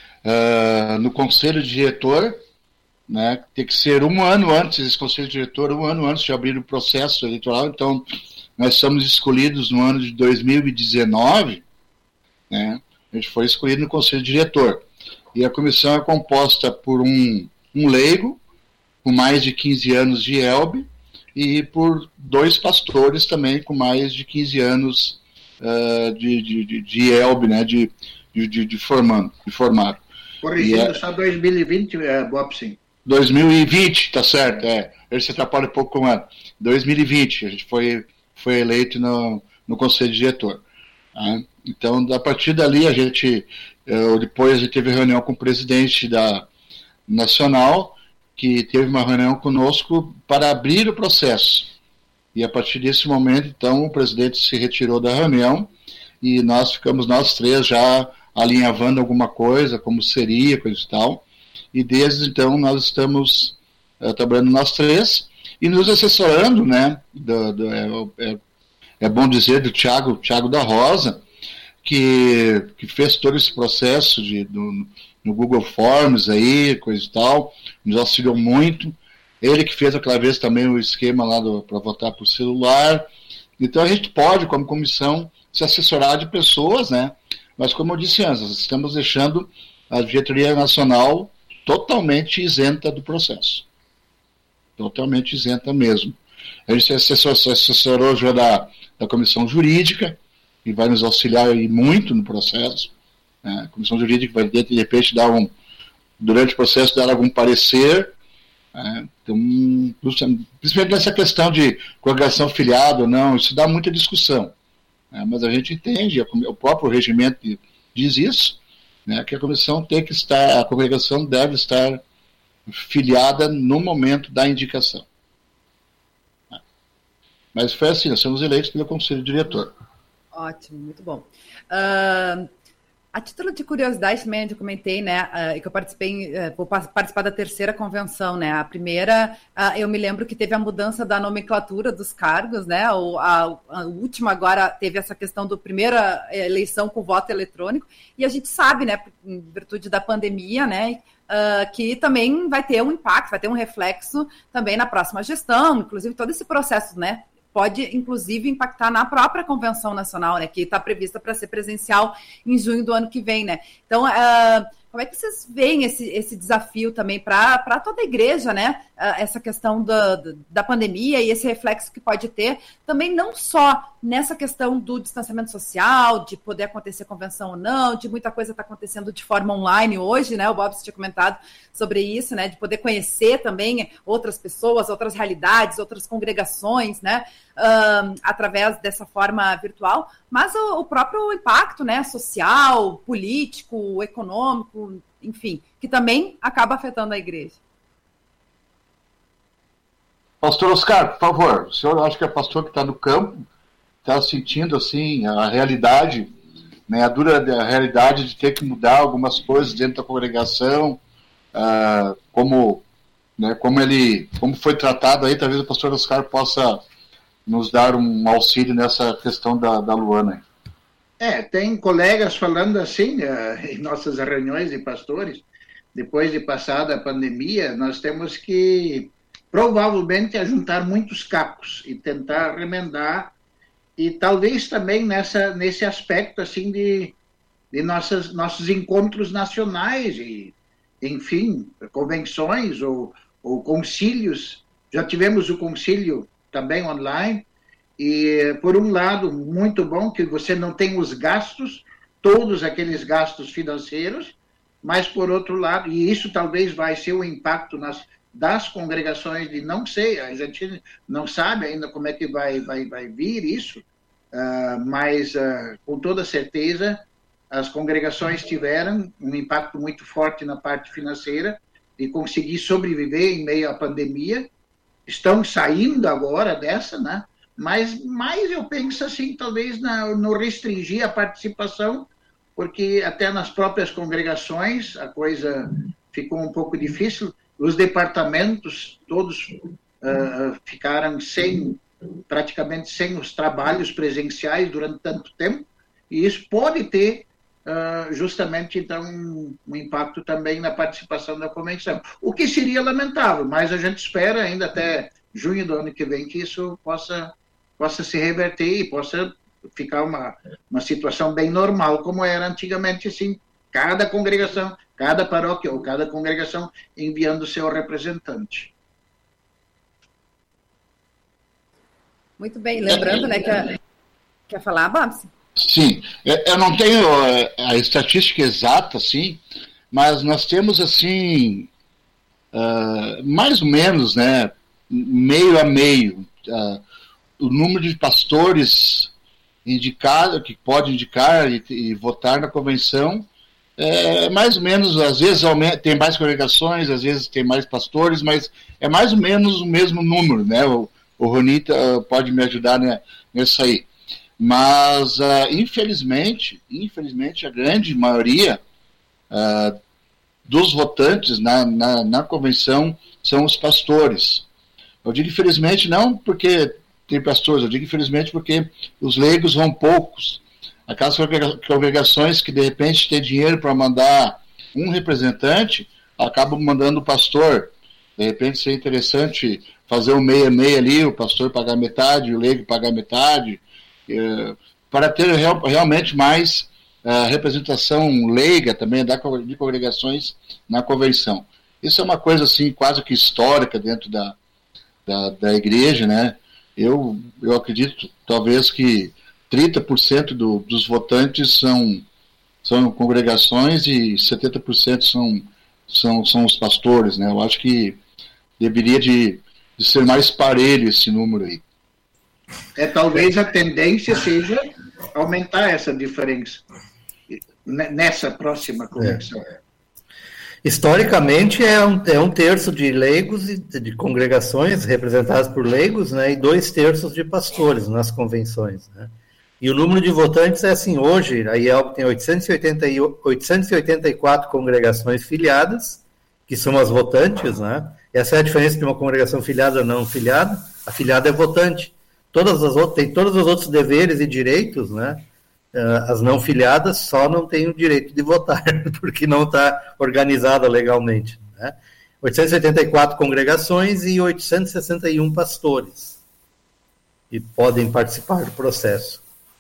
uh, no conselho diretor, né, tem que ser um ano antes, esse conselho diretor, um ano antes de abrir o processo eleitoral, então nós somos escolhidos no ano de dois mil e dezenove, né, a gente foi escolhido no conselho diretor. E a comissão é composta por um, um leigo, com mais de quinze anos de E L B, e por dois pastores também com mais de quinze anos uh, de, de, de E L B, né, de, de, de, formando, de formado. Corrigindo é, só dois mil e vinte, é, Bob, sim. dois mil e vinte, tá certo, é. Ele se atrapalha um pouco com o ano. dois mil e vinte, a gente foi, foi eleito no, no conselho diretor. Tá? Então, a partir dali, a gente... Eu, depois a gente teve reunião com o presidente da Nacional, que teve uma reunião conosco para abrir o processo. E a partir desse momento, então, o presidente se retirou da reunião e nós ficamos, nós três, já alinhavando alguma coisa, como seria, coisa e tal. E desde então nós estamos uh, trabalhando nós três e nos assessorando, né, do, do, é, é, é bom dizer, do Thiago, Thiago da Rosa, Que, que fez todo esse processo de, do, no Google Forms aí, coisa e tal, nos auxiliou muito. Ele que fez aquela vez também o esquema lá para votar por celular. Então a gente pode, como comissão, se assessorar de pessoas, né? Mas como eu disse antes, estamos deixando a diretoria nacional totalmente isenta do processo. Totalmente isenta mesmo. A gente se assessorou, se assessorou já da, da comissão jurídica, e vai nos auxiliar aí muito no processo. Né? A comissão jurídica vai, de repente, dar um, durante o processo, dar algum parecer. Né? Então, principalmente nessa questão de congregação filiada ou não, isso dá muita discussão. Né? Mas a gente entende, o próprio regimento diz isso, né? Que a comissão tem que estar, a congregação deve estar filiada no momento da indicação. Mas foi assim, nós somos eleitos pelo Conselho Diretor. Ótimo, muito bom. Uh, a título de curiosidade também, eu comentei, né, uh, que eu participei, uh, vou participar da terceira convenção, né, a primeira, uh, eu me lembro que teve a mudança da nomenclatura dos cargos, né, o, a, a última agora teve essa questão do primeira eleição com voto eletrônico, e a gente sabe, né, em virtude da pandemia, né, Uh, que também vai ter um impacto, vai ter um reflexo também na próxima gestão, inclusive todo esse processo, né, pode, inclusive, impactar na própria Convenção Nacional, né, que está prevista para ser presencial em junho do ano que vem, né. Então, uh, como é que vocês veem esse, esse desafio também para toda a igreja, né, uh, essa questão da, da pandemia e esse reflexo que pode ter, também não só nessa questão do distanciamento social, de poder acontecer convenção ou não, de muita coisa está acontecendo de forma online hoje, né, o Bob tinha comentado sobre isso, né, de poder conhecer também outras pessoas, outras realidades, outras congregações, né, uh, através dessa forma virtual, mas o, o próprio impacto, né, social, político, econômico, enfim, que também acaba afetando a igreja. Pastor Oscar, por favor, o senhor acha que é pastor que está no campo, está sentindo assim a realidade, né, a dura a realidade de ter que mudar algumas coisas dentro da congregação, uh, como, né, como ele, como foi tratado aí, talvez o pastor Oscar possa nos dar um auxílio nessa questão da, da Luana. É, tem colegas falando assim, uh, em nossas reuniões de pastores, depois de passada a pandemia, nós temos que provavelmente ajuntar muitos cacos e tentar remendar, e talvez também nessa, nesse aspecto assim de, de nossas, nossos encontros nacionais, e, enfim, convenções ou, ou concílios. Já tivemos o concílio também online, e por um lado, muito bom que você não tem os gastos, todos aqueles gastos financeiros, mas por outro lado, e isso talvez vai ser o impacto nas, das congregações de não sei, a gente não sabe ainda como é que vai, vai, vai vir isso, uh, mas uh, com toda certeza as congregações tiveram um impacto muito forte na parte financeira de conseguir sobreviver em meio à pandemia, estão saindo agora dessa, né? Mas, mas eu penso assim, talvez na, no restringir a participação, porque até nas próprias congregações a coisa ficou um pouco difícil, os departamentos todos uh, ficaram sem, praticamente sem os trabalhos presenciais durante tanto tempo, e isso pode ter uh, justamente então um, um impacto também na participação da convenção, o que seria lamentável, mas a gente espera ainda até junho do ano que vem que isso possa, possa se reverter e possa ficar uma, uma situação bem normal, como era antigamente, assim, cada congregação, cada paróquia ou cada congregação enviando seu representante. Muito bem, lembrando, né, que a... quer falar, Babs? Sim, eu não tenho a estatística exata, assim, mas nós temos, assim, uh, mais ou menos, né, meio a meio, uh, o número de pastores indicado, que pode indicar e, e votar na convenção, é mais ou menos, às vezes aumenta, tem mais congregações, às vezes tem mais pastores, mas é mais ou menos o mesmo número, né? O, o Ronita uh, pode me ajudar, né, nisso aí. Mas, uh, infelizmente, infelizmente, a grande maioria uh, dos votantes na, na, na convenção são os pastores. Eu digo infelizmente não porque tem pastores, eu digo infelizmente porque os leigos vão poucos. Aquelas congregações que de repente têm dinheiro para mandar um representante, acabam mandando o pastor. De repente seria interessante fazer um meia-meia ali, o pastor pagar metade, o leigo pagar metade, eh, para ter real, realmente mais uh, representação leiga também da, de congregações na convenção. Isso é uma coisa assim quase que histórica dentro da, da, da igreja, né? Eu, eu acredito, talvez, que trinta por cento do, dos votantes são, são congregações e setenta por cento são, são, são os pastores, né? Eu acho que deveria de, de ser mais parelho esse número aí. É, talvez a tendência seja aumentar essa diferença nessa próxima convenção. É. Historicamente, é um, é um terço de leigos, e de congregações representadas por leigos, né, e dois terços de pastores nas convenções, né? E o número de votantes é assim, hoje, a I E L B tem oitocentos e oitenta e quatro congregações filiadas, que são as votantes, né? Essa é a diferença de uma congregação filiada ou não filiada. A filiada é votante. Todas as outras, tem todos os outros deveres e direitos, né? As não filiadas só não têm o direito de votar, porque não está organizada legalmente, né? oitocentas e oitenta e quatro congregações e oitocentos e sessenta e um pastores que podem participar do processo.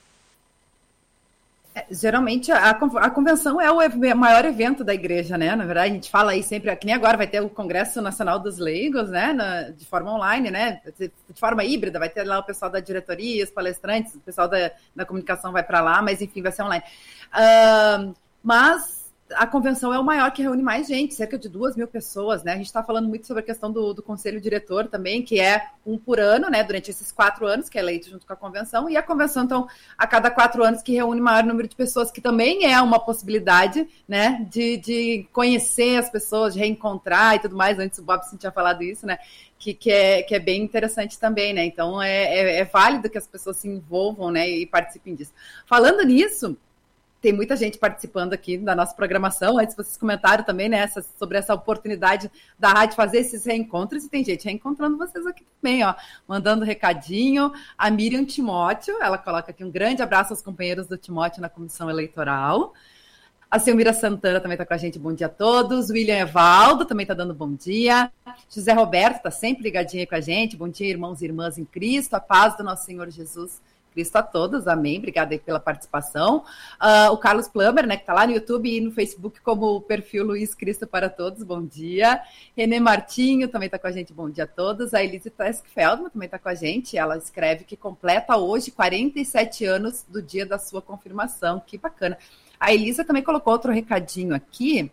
É, geralmente, a, a convenção é o maior evento da igreja, né? Na verdade, a gente fala aí sempre, que nem agora vai ter o Congresso Nacional dos Leigos, né? Na, de forma online, né? De forma híbrida, vai ter lá o pessoal da diretoria, os palestrantes, o pessoal da, da comunicação vai para lá, mas enfim, vai ser online. Uh, mas a convenção é o maior que reúne mais gente, cerca de duas mil pessoas, né? A gente está falando muito sobre a questão do, do conselho diretor também, que é um por ano, né? Durante esses quatro anos, que é eleito junto com a convenção, e a convenção, então, a cada quatro anos que reúne maior número de pessoas, que também é uma possibilidade, né? De, de conhecer as pessoas, de reencontrar e tudo mais. Antes o Bob tinha falado isso, né? Que, que, é, que é bem interessante também, né? Então, é, é, é válido que as pessoas se envolvam, né? E participem disso. Falando nisso, tem muita gente participando aqui da nossa programação. Antes vocês comentaram também, né, essa, sobre essa oportunidade da rádio fazer esses reencontros, e tem gente reencontrando vocês aqui também, ó, mandando recadinho. A Miriam Timóteo, ela coloca aqui um grande abraço aos companheiros do Timóteo na comissão eleitoral. A Silmira Santana também está com a gente, bom dia a todos. William Evaldo também está dando bom dia. José Roberto está sempre ligadinho com a gente, bom dia, irmãos e irmãs em Cristo, a paz do nosso Senhor Jesus Cristo a todos, amém, obrigada aí pela participação. Uh, o Carlos Plummer, né, que está lá no YouTube e no Facebook como o perfil Luiz Cristo para Todos, bom dia. Renê Martinho também está com a gente, bom dia a todos. A Elise Teskfeldman também está com a gente, ela escreve que completa hoje quarenta e sete anos do dia da sua confirmação, que bacana. A Elisa também colocou outro recadinho aqui,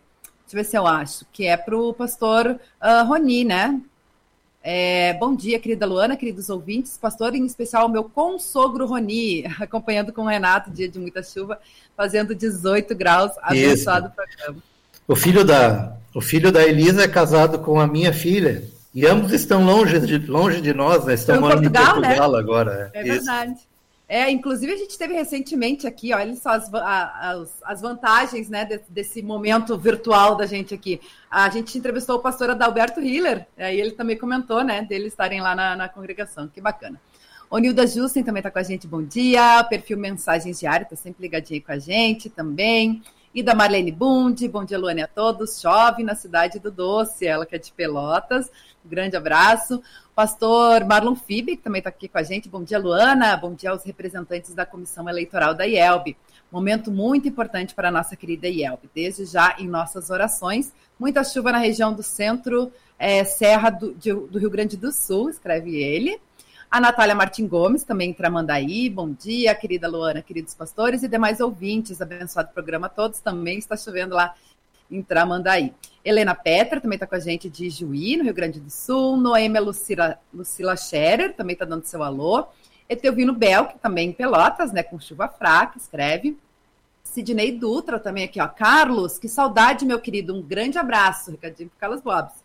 Deixa eu ver se eu acho, que é para o pastor uh, Roni, né? É, bom dia, querida Luana, queridos ouvintes, pastor, em especial o meu consogro Roni, acompanhando com o Renato, dia de muita chuva, fazendo dezoito graus, abençoado programa. O filho da, o filho da Elisa é casado com a minha filha, e ambos estão longe de, longe de nós, né? Estão morando em Portugal, Portugal, né? Agora. É, é verdade. É, inclusive a gente teve recentemente aqui, olha só as, as, as vantagens, né, desse, desse momento virtual da gente aqui. A gente entrevistou o pastor Adalberto Hiller, aí ele também comentou, né, dele estarem lá na, na congregação, que bacana. O Nilda Justen também está com a gente, bom dia. O perfil Mensagens Diárias está sempre ligadinho aí com a gente também. E da Marlene Bundi, bom dia, Luane, a todos. Chove na cidade do Doce, ela que é de Pelotas. Um grande abraço. Pastor Marlon Fibe, que também está aqui com a gente. Bom dia, Luana. Bom dia aos representantes da Comissão Eleitoral da I E L B. Momento muito importante para a nossa querida I E L B. Desde já em nossas orações. Muita chuva na região do centro, é, Serra do, de, do Rio Grande do Sul, escreve ele. A Natália Martim Gomes, também em Tramandaí. Bom dia, querida Luana, queridos pastores e demais ouvintes. Abençoado programa a todos. Também está chovendo lá em Tramandaí. Helena Petra também está com a gente de Juí, no Rio Grande do Sul. Noêmia Lucila, Lucila Scherer também está dando seu alô. Etelvino Bel, que também em Pelotas, né, com chuva fraca, escreve. Sidney Dutra também aqui, ó. Carlos, que saudade, meu querido. Um grande abraço. Recadinho para Carlos Bobs.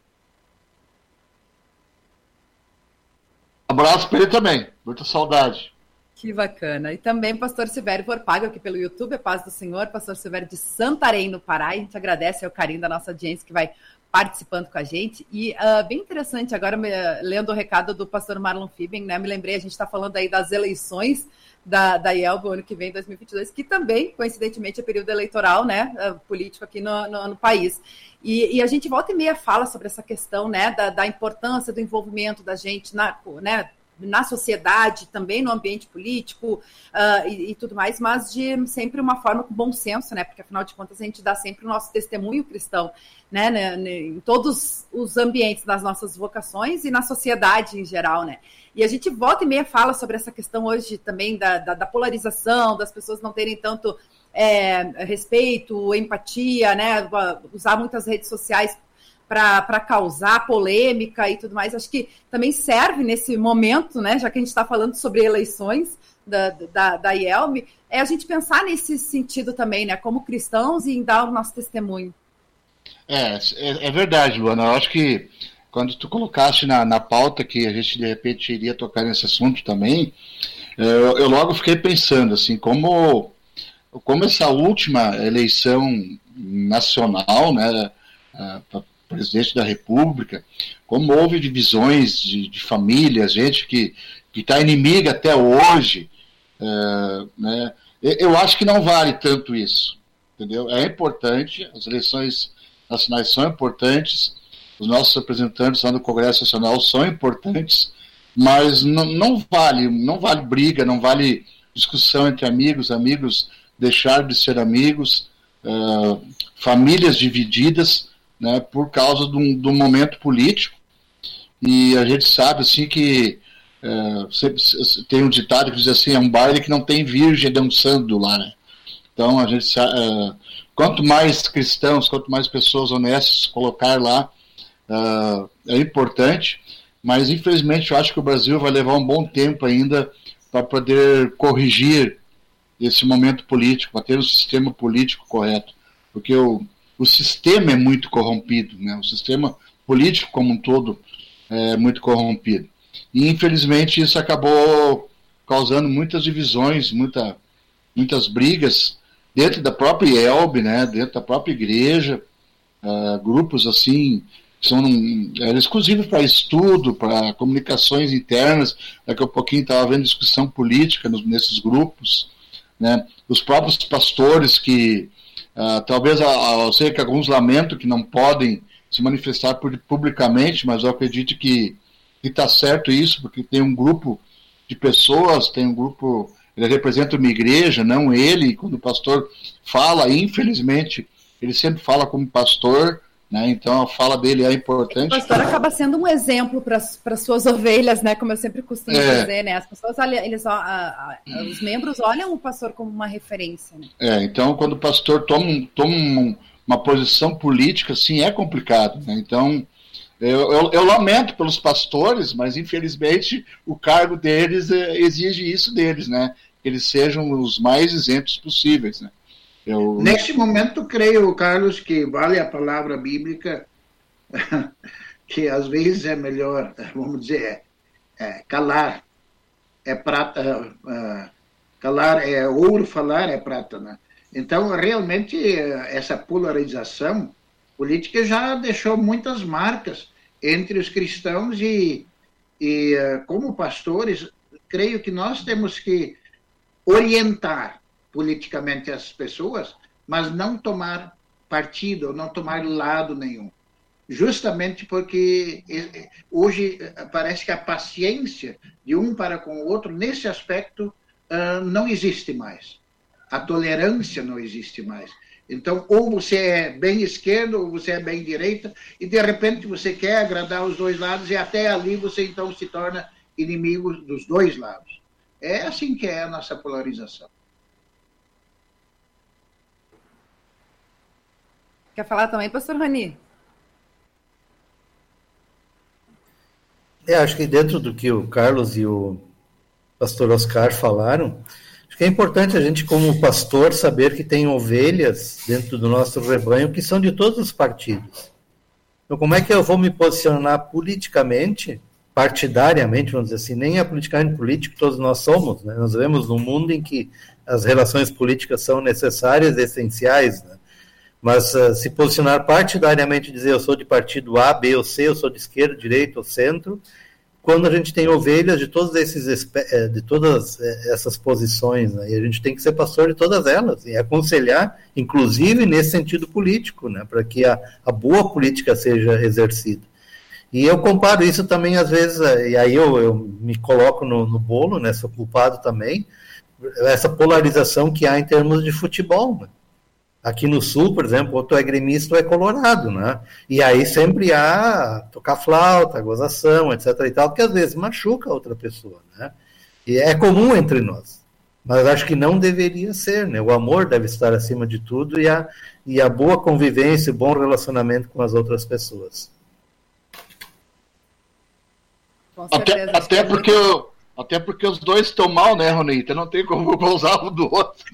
Abraço para ele também, muita saudade. Que bacana. E também pastor Silvério Vorpago, aqui pelo YouTube, a paz do Senhor, pastor Silvério de Santarém, no Pará, e a gente agradece ao carinho da nossa audiência que vai participando com a gente. E uh, bem interessante, agora me, lendo o recado do pastor Marlon Fiben, né, me lembrei, a gente está falando aí das eleições da, da I E L B, o ano que vem, dois mil e vinte e dois, que também, coincidentemente, é período eleitoral, né, uh, político aqui no, no, no país. E, e a gente volta e meia fala sobre essa questão, né, da, da importância do envolvimento da gente na, né, na sociedade, também no ambiente político uh, e, e tudo mais, mas de sempre uma forma com bom senso, né, porque afinal de contas a gente dá sempre o nosso testemunho cristão, né, né, em todos os ambientes das nossas vocações e na sociedade em geral, né. E a gente volta e meia fala sobre essa questão hoje também da, da, da polarização, das pessoas não terem tanto É, respeito, empatia, né? Usar muitas redes sociais para causar polêmica e tudo mais. Acho que também serve nesse momento, né? Já que a gente está falando sobre eleições da, da, da I E L B, é a gente pensar nesse sentido também, né? Como cristãos e em dar o nosso testemunho. É, é, é verdade, Luana. Eu acho que quando tu colocaste na, na pauta que a gente de repente iria tocar nesse assunto também, eu, eu logo fiquei pensando assim, como como essa última eleição nacional, né, para presidente da República, como houve divisões de, de família, gente que está inimiga até hoje, é, né, eu acho que não vale tanto isso, entendeu? É importante, as eleições nacionais são importantes, os nossos representantes lá no Congresso Nacional são importantes, mas não, não vale, não vale briga, não vale discussão entre amigos, amigos deixar de ser amigos, uh, famílias divididas, né, por causa de um, de um momento político. E a gente sabe assim que uh, sempre, tem um ditado que diz assim, é um baile que não tem virgem dançando lá, né? Então a gente uh, quanto mais cristãos, quanto mais pessoas honestas colocar lá, uh, é importante, mas infelizmente eu acho que o Brasil vai levar um bom tempo ainda para poder corrigir esse momento político, para ter um sistema político correto, porque o, o sistema é muito corrompido, né? O sistema político como um todo é muito corrompido. E infelizmente isso acabou causando muitas divisões, muita, muitas brigas dentro da própria I E L B, né? Dentro da própria igreja, uh, grupos assim, que são era exclusivos para estudo, para comunicações internas. Daqui a pouquinho estava havendo discussão política nos, nesses grupos, né? Os próprios pastores que uh, talvez eu sei que alguns lamentam que não podem se manifestar publicamente, mas eu acredito que está certo isso, porque tem um grupo de pessoas, tem um grupo, ele representa uma igreja, não ele, e quando o pastor fala, infelizmente, ele sempre fala como pastor, né? Então a fala dele é importante. O pastor acaba sendo um exemplo para as suas ovelhas, né? Como eu sempre costumo é. dizer, né? As pessoas olham, eles, a, a, os membros olham o pastor como uma referência, né? É, então quando o pastor toma, toma um, uma posição política, assim, é complicado, né? Então, eu, eu, eu lamento pelos pastores, mas infelizmente o cargo deles é, exige isso deles, né? Que eles sejam os mais isentos possíveis, né? Eu... Neste momento, creio, Carlos, que vale a palavra bíblica, que às vezes é melhor, vamos dizer, é, é, calar é prata, é, calar é ouro, falar é prata, né? Então, realmente, essa polarização política já deixou muitas marcas entre os cristãos e, e como pastores, creio que nós temos que orientar politicamente as pessoas, mas não tomar partido, não tomar lado nenhum. Justamente porque hoje parece que a paciência de um para com o outro, nesse aspecto, não existe mais. A tolerância não existe mais. Então, ou você é bem esquerdo, ou você é bem direita, e de repente você quer agradar os dois lados, e até ali você então se torna inimigo dos dois lados. É assim que é a nossa polarização. Quer falar também, pastor Rani? É, acho que dentro do que o Carlos e o pastor Oscar falaram, acho que é importante a gente, como pastor, saber que tem ovelhas dentro do nosso rebanho que são de todos os partidos. Então, como é que eu vou me posicionar politicamente, partidariamente, vamos dizer assim, nem é politicamente político, todos nós somos, né? Nós vivemos num mundo em que as relações políticas são necessárias e essenciais, né? Mas uh, se posicionar partidariamente, dizer eu sou de partido A, B ou C, eu sou de esquerda, direita ou centro, quando a gente tem ovelhas de todos esses de todas essas posições, né? E a gente tem que ser pastor de todas elas e aconselhar, inclusive nesse sentido político, né? Para que a, a boa política seja exercida. E eu comparo isso também às vezes, e aí eu, eu me coloco no, no bolo, né? Sou culpado também, essa polarização que há em termos de futebol, né? Aqui no Sul, por exemplo, ou tu é gremista ou é colorado, né? E aí sempre há tocar flauta, gozação, etc e tal, que às vezes machuca a outra pessoa, né? E é comum entre nós. Mas acho que não deveria ser, né? O amor deve estar acima de tudo e a, e a boa convivência, o bom relacionamento com as outras pessoas. Com certeza, até, até, porque, eu, até porque os dois estão mal, né, Ronita? Não tem como gozar um do outro.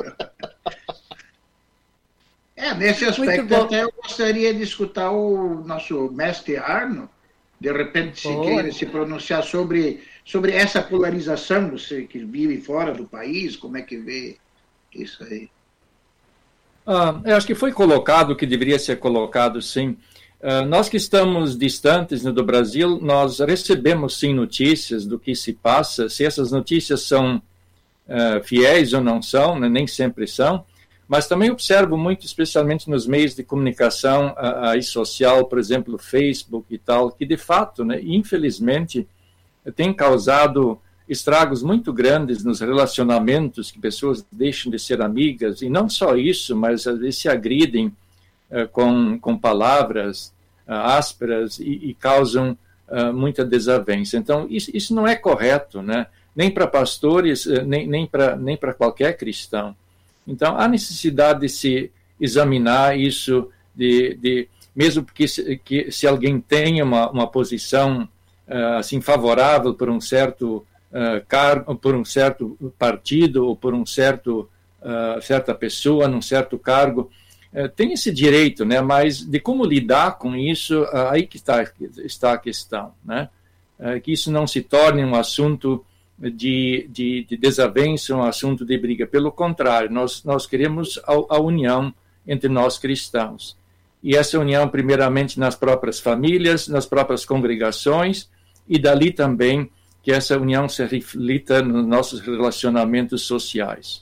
É, nesse aspecto até eu gostaria de escutar o nosso mestre Arno, de repente se queira se pronunciar sobre, sobre essa polarização, você que vive fora do país, como é que vê isso aí? Ah, eu acho que foi colocado o que deveria ser colocado, sim. Uh, nós que estamos distantes, né, do Brasil, nós recebemos sim notícias do que se passa, se essas notícias são uh, fiéis ou não são, né, nem sempre são. Mas também observo muito, especialmente nos meios de comunicação aí social, por exemplo, Facebook e tal, que de fato, né, infelizmente, tem causado estragos muito grandes nos relacionamentos, que pessoas deixam de ser amigas, e não só isso, mas às vezes se agridem uh, com, com palavras uh, ásperas e, e causam uh, muita desavença. Então, isso, isso não é correto, né? Nem para pastores, uh, nem, nem para nem para qualquer cristão. Então, há necessidade de se examinar isso, de, de, mesmo porque se, que, se alguém tem uma, uma posição uh, assim, favorável por um certo uh, cargo, por um certo partido, ou por um certo, uh, certa pessoa, num certo cargo, uh, tem esse direito, né? Mas de como lidar com isso, uh, aí que está, está a questão, né? Uh, que isso não se torne um assunto De, de, de desavença, um assunto de briga. Pelo contrário, nós, nós queremos a, a união entre nós cristãos. E essa união, primeiramente, nas próprias famílias, nas próprias congregações, e dali também que essa união se reflita nos nossos relacionamentos sociais.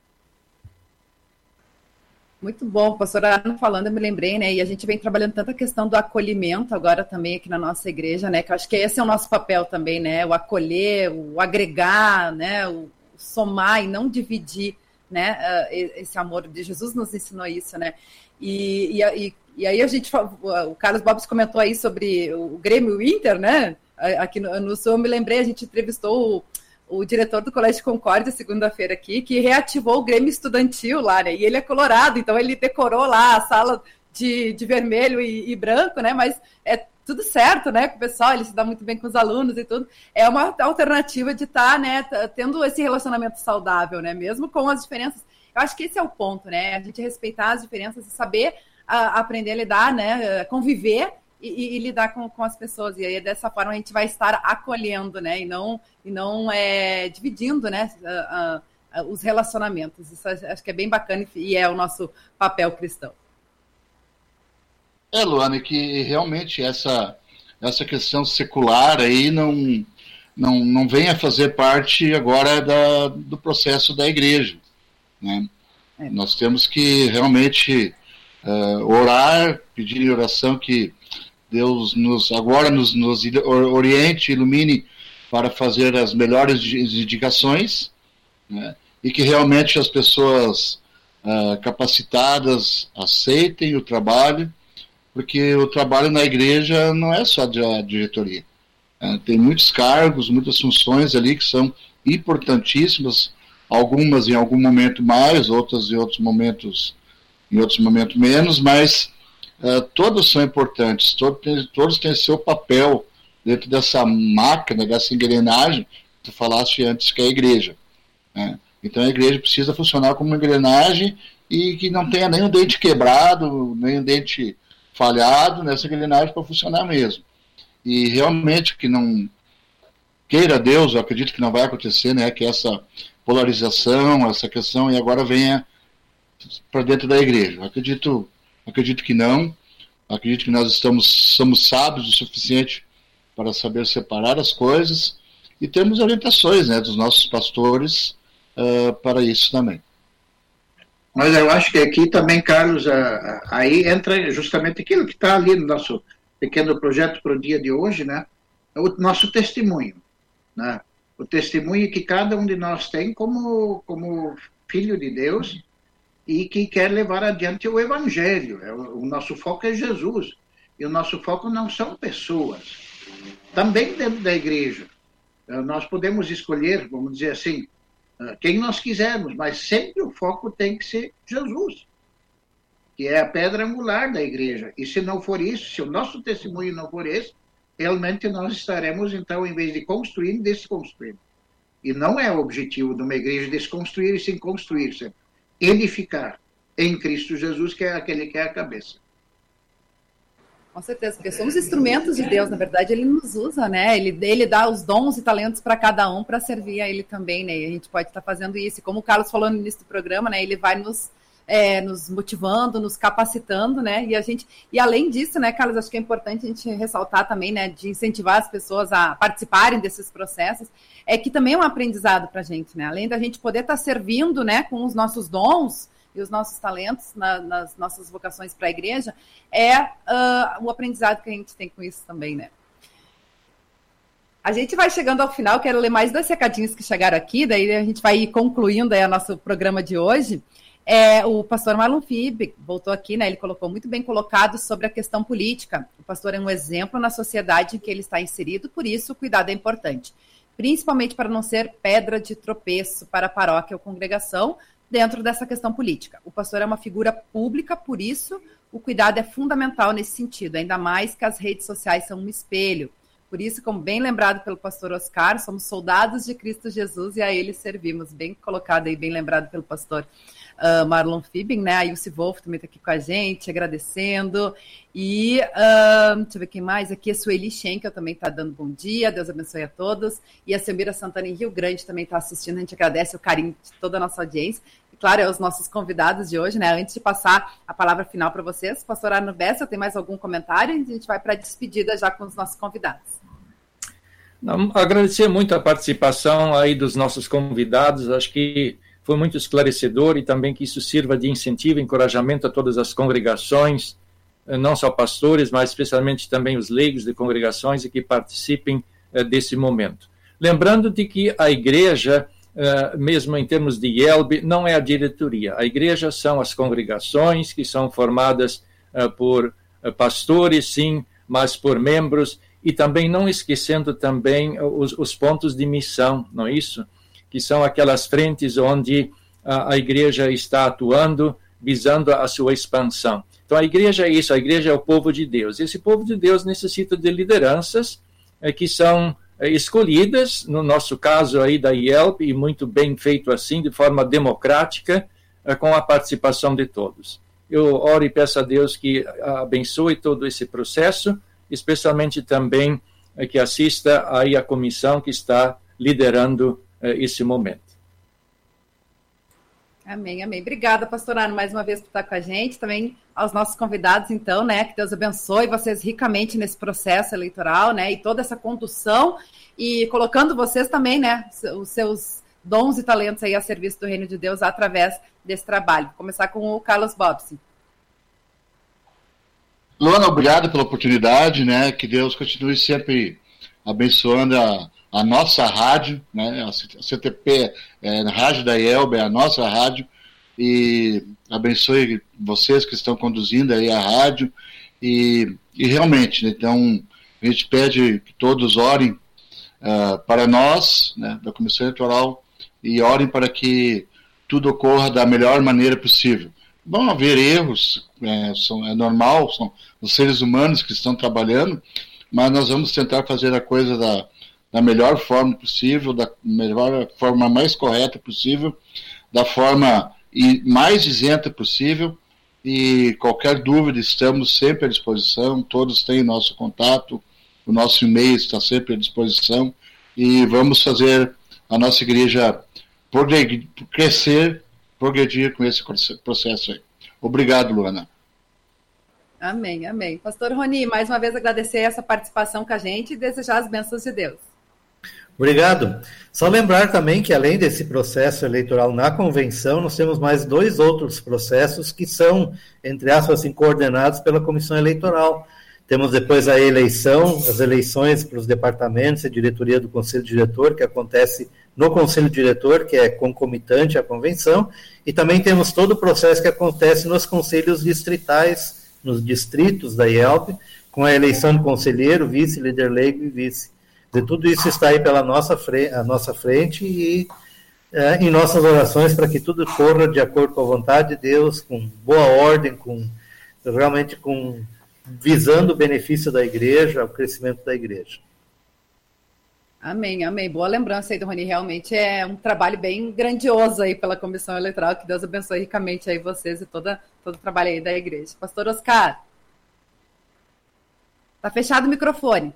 Muito bom, pastora Ana falando, eu me lembrei, né, e a gente vem trabalhando tanto a questão do acolhimento agora também aqui na nossa igreja, né, que eu acho que esse é o nosso papel também, né, o acolher, o agregar, né, o somar e não dividir, né, esse amor de Jesus nos ensinou isso, né, e, e, e aí a gente, o Carlos Bobs comentou aí sobre o Grêmio Inter, né, aqui no, no Sul, eu me lembrei, a gente entrevistou o o diretor do Colégio Concórdia, segunda-feira aqui, que reativou o Grêmio Estudantil lá, né? E ele é colorado, então ele decorou lá a sala de, de vermelho e, e branco, né? Mas é tudo certo, né? Com o pessoal, ele se dá muito bem com os alunos e tudo. É uma alternativa de estar, tá, né, tendo esse relacionamento saudável, né? Mesmo com as diferenças. Eu acho que esse é o ponto, né? A gente respeitar as diferenças e saber a, aprender a lidar, né? Conviver e, e, e lidar com, com as pessoas. E aí, dessa forma, a gente vai estar acolhendo, né? E não, e não é, dividindo, né? A, a, os relacionamentos. Isso acho que é bem bacana e é o nosso papel cristão. É, Luana, que realmente essa, essa questão secular aí não, não, não vem a fazer parte agora da, do processo da igreja, né? É. Nós temos que realmente uh, orar, pedir em oração que Deus nos, agora nos, nos oriente, ilumine para fazer as melhores indicações, né? E que realmente as pessoas uh, capacitadas aceitem o trabalho, porque o trabalho na igreja não é só de diretoria. É, tem muitos cargos, muitas funções ali que são importantíssimas, algumas em algum momento mais, outras em outros momentos, em outros momentos menos, mas uh, todas são importantes, todos têm, todos têm seu papel dentro dessa máquina, dessa engrenagem que tu falaste antes, que é a igreja, né? Então a igreja precisa funcionar como uma engrenagem e que não tenha nem um dente quebrado, nem um dente falhado nessa engrenagem para funcionar mesmo. E realmente que não queira Deus, eu acredito que não vai acontecer, né, que essa polarização, essa questão, e agora venha para dentro da igreja. Eu acredito, acredito que não. Acredito que nós estamos, somos sábios o suficiente para saber separar as coisas e temos orientações, né, dos nossos pastores uh, para isso também. Mas eu acho que aqui também, Carlos, aí entra justamente aquilo que está ali no nosso pequeno projeto para o dia de hoje, né? O nosso testemunho, né? O testemunho que cada um de nós tem como, como filho de Deus e que quer levar adiante o Evangelho. O nosso foco é Jesus e o nosso foco não são pessoas. Também dentro da igreja, nós podemos escolher, vamos dizer assim, quem nós quisermos, mas sempre o foco tem que ser Jesus, que é a pedra angular da igreja. E se não for isso, se o nosso testemunho não for esse, realmente nós estaremos, então, em vez de construir, desconstruindo. E não é o objetivo de uma igreja desconstruir e sim construir sempre. Edificar em Cristo Jesus, que é aquele que é a cabeça. Com certeza, porque somos instrumentos de Deus, na verdade, ele nos usa, né? Ele, ele dá os dons e talentos para cada um para servir a ele também, né? E a gente pode estar fazendo isso. E como o Carlos falou no início do programa, né? Ele vai nos, é, nos motivando, nos capacitando, né? E a gente, e além disso, né, Carlos, acho que é importante a gente ressaltar também, né? De incentivar as pessoas a participarem desses processos, é que também é um aprendizado para a gente, né? Além da gente poder estar servindo, né, com os nossos dons e os nossos talentos na, nas nossas vocações para a igreja, é uh, o aprendizado que a gente tem com isso também, né? A gente vai chegando ao final, quero ler mais dois recadinhos que chegaram aqui, daí a gente vai ir concluindo aí o nosso programa de hoje. É, o pastor Marlon Fibe voltou aqui, né? Ele colocou muito bem colocado sobre a questão política. O pastor é um exemplo na sociedade em que ele está inserido, por isso o cuidado é importante, principalmente para não ser pedra de tropeço para a paróquia ou congregação, dentro dessa questão política. O pastor é uma figura pública, por isso o cuidado é fundamental nesse sentido, ainda mais que as redes sociais são um espelho. Por isso, como bem lembrado pelo pastor Oscar, somos soldados de Cristo Jesus e a ele servimos. Bem colocado aí, bem lembrado pelo pastor uh, Marlon Fibing, né? A Ilse Wolf também está aqui com a gente, agradecendo. E, uh, deixa eu ver quem mais aqui, a Sueli Schenkel também está dando bom dia, Deus abençoe a todos. E a Selmira Santana em Rio Grande também está assistindo, a gente agradece o carinho de toda a nossa audiência. E, claro, é os nossos convidados de hoje, né? Antes de passar a palavra final para vocês, pastor Arno Bessa, tem mais algum comentário? A gente vai para a despedida já com os nossos convidados. Não, agradecer muito a participação aí dos nossos convidados, acho que foi muito esclarecedor e também que isso sirva de incentivo, encorajamento a todas as congregações, não só pastores, mas especialmente também os leigos de congregações e que participem uh, desse momento. Lembrando de que a igreja, uh, mesmo em termos de I E L B, não é a diretoria. A igreja são as congregações que são formadas uh, por uh, pastores, sim, mas por membros. E também não esquecendo também os, os pontos de missão, não é isso? Que são aquelas frentes onde a, a igreja está atuando, visando a sua expansão. Então, a igreja é isso, a igreja é o povo de Deus. Esse povo de Deus necessita de lideranças é, que são é, escolhidas, no nosso caso aí da I E L P, e muito bem feito assim, de forma democrática, é, com a participação de todos. Eu oro e peço a Deus que abençoe todo esse processo, especialmente também é, que assista aí a comissão que está liderando é, esse momento. Amém, amém. Obrigada, pastor Arno, mais uma vez por estar com a gente. Também aos nossos convidados, então, né? Que Deus abençoe vocês ricamente nesse processo eleitoral, né? E toda essa condução e colocando vocês também, né? Os seus dons e talentos aí a serviço do reino de Deus através desse trabalho. Vou começar com o Carlos Bobson. Luana, obrigado pela oportunidade, né? Que Deus continue sempre abençoando a a nossa rádio, né, a C T P, é, a rádio da I E L B, é a nossa rádio, e abençoe vocês que estão conduzindo aí a rádio, e, e realmente, né, então, a gente pede que todos orem uh, para nós, né, da Comissão Eleitoral, e orem para que tudo ocorra da melhor maneira possível. Vão haver erros, é, são, é normal, são os seres humanos que estão trabalhando, mas nós vamos tentar fazer a coisa da da melhor forma possível, da melhor forma mais correta possível, da forma mais isenta possível, e qualquer dúvida estamos sempre à disposição, todos têm nosso contato, o nosso e-mail está sempre à disposição, e vamos fazer a nossa igreja progredir, crescer, progredir com esse processo aí. Obrigado, Luana. Amém, amém. Pastor Roni, mais uma vez agradecer essa participação com a gente e desejar as bênçãos de Deus. Obrigado. Só lembrar também que, além desse processo eleitoral na convenção, nós temos mais dois outros processos que são, entre aspas, assim, coordenados pela comissão eleitoral. Temos depois a eleição, as eleições para os departamentos e diretoria do Conselho Diretor, que acontece no Conselho Diretor, que é concomitante à convenção, e também temos todo o processo que acontece nos conselhos distritais, nos distritos da I E L P, com a eleição de conselheiro, vice, líder leigo e vice. De tudo isso está aí pela nossa frente, a nossa frente e é, em nossas orações para que tudo corra de acordo com a vontade de Deus, com boa ordem, com realmente com visando o benefício da igreja, o crescimento da igreja. Amém, amém. Boa lembrança aí do Rony. Realmente é um trabalho bem grandioso aí pela Comissão Eleitoral. Que Deus abençoe ricamente aí vocês e toda, todo o trabalho aí da igreja. Pastor Oscar. Tá fechado o microfone.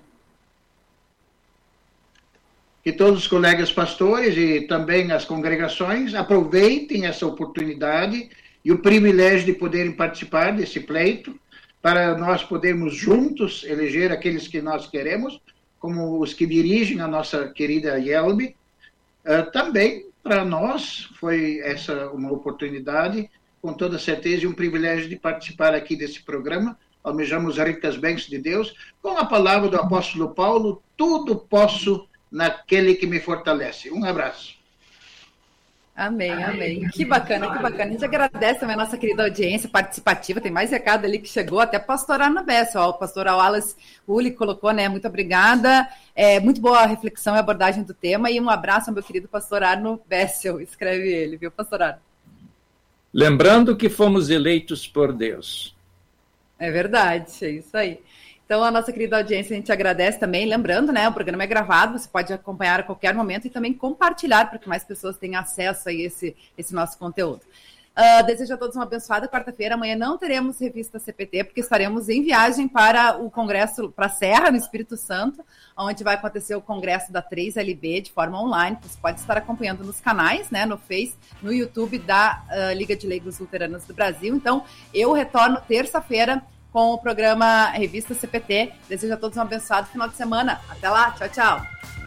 Que todos os colegas pastores e também as congregações aproveitem essa oportunidade e o privilégio de poderem participar desse pleito para nós podermos juntos eleger aqueles que nós queremos, como os que dirigem a nossa querida I E L B. Uh, também, para nós, foi essa uma oportunidade, com toda certeza, e um privilégio de participar aqui desse programa. Almejamos ricas bênçãos de Deus, com a palavra do apóstolo Paulo, tudo posso naquele que me fortalece. Um abraço. Amém, amém. Que bacana, que bacana. A gente agradece também a nossa querida audiência participativa. Tem mais recado ali que chegou, até pastor Arno Bessa. O pastor Wallace Uli colocou, né? Muito obrigada. É, muito boa a reflexão e abordagem do tema. E um abraço ao meu querido pastor Arno Bessel, escreve ele, viu, pastor Arno? Lembrando que fomos eleitos por Deus. É verdade, é isso aí. Então, a nossa querida audiência, a gente agradece também. Lembrando, né, o programa é gravado, você pode acompanhar a qualquer momento e também compartilhar para que mais pessoas tenham acesso a esse, esse nosso conteúdo. Uh, desejo a todos uma abençoada quarta-feira. Amanhã não teremos revista C P T, porque estaremos em viagem para o Congresso, para a Serra, no Espírito Santo, onde vai acontecer o Congresso da três L B de forma online. Você pode estar acompanhando nos canais, né, no Face, no YouTube da uh, Liga de Leigos Luteranos do Brasil. Então, eu retorno terça-feira com o programa Revista C P T. Desejo a todos um abençoado final de semana. Até lá. Tchau, tchau.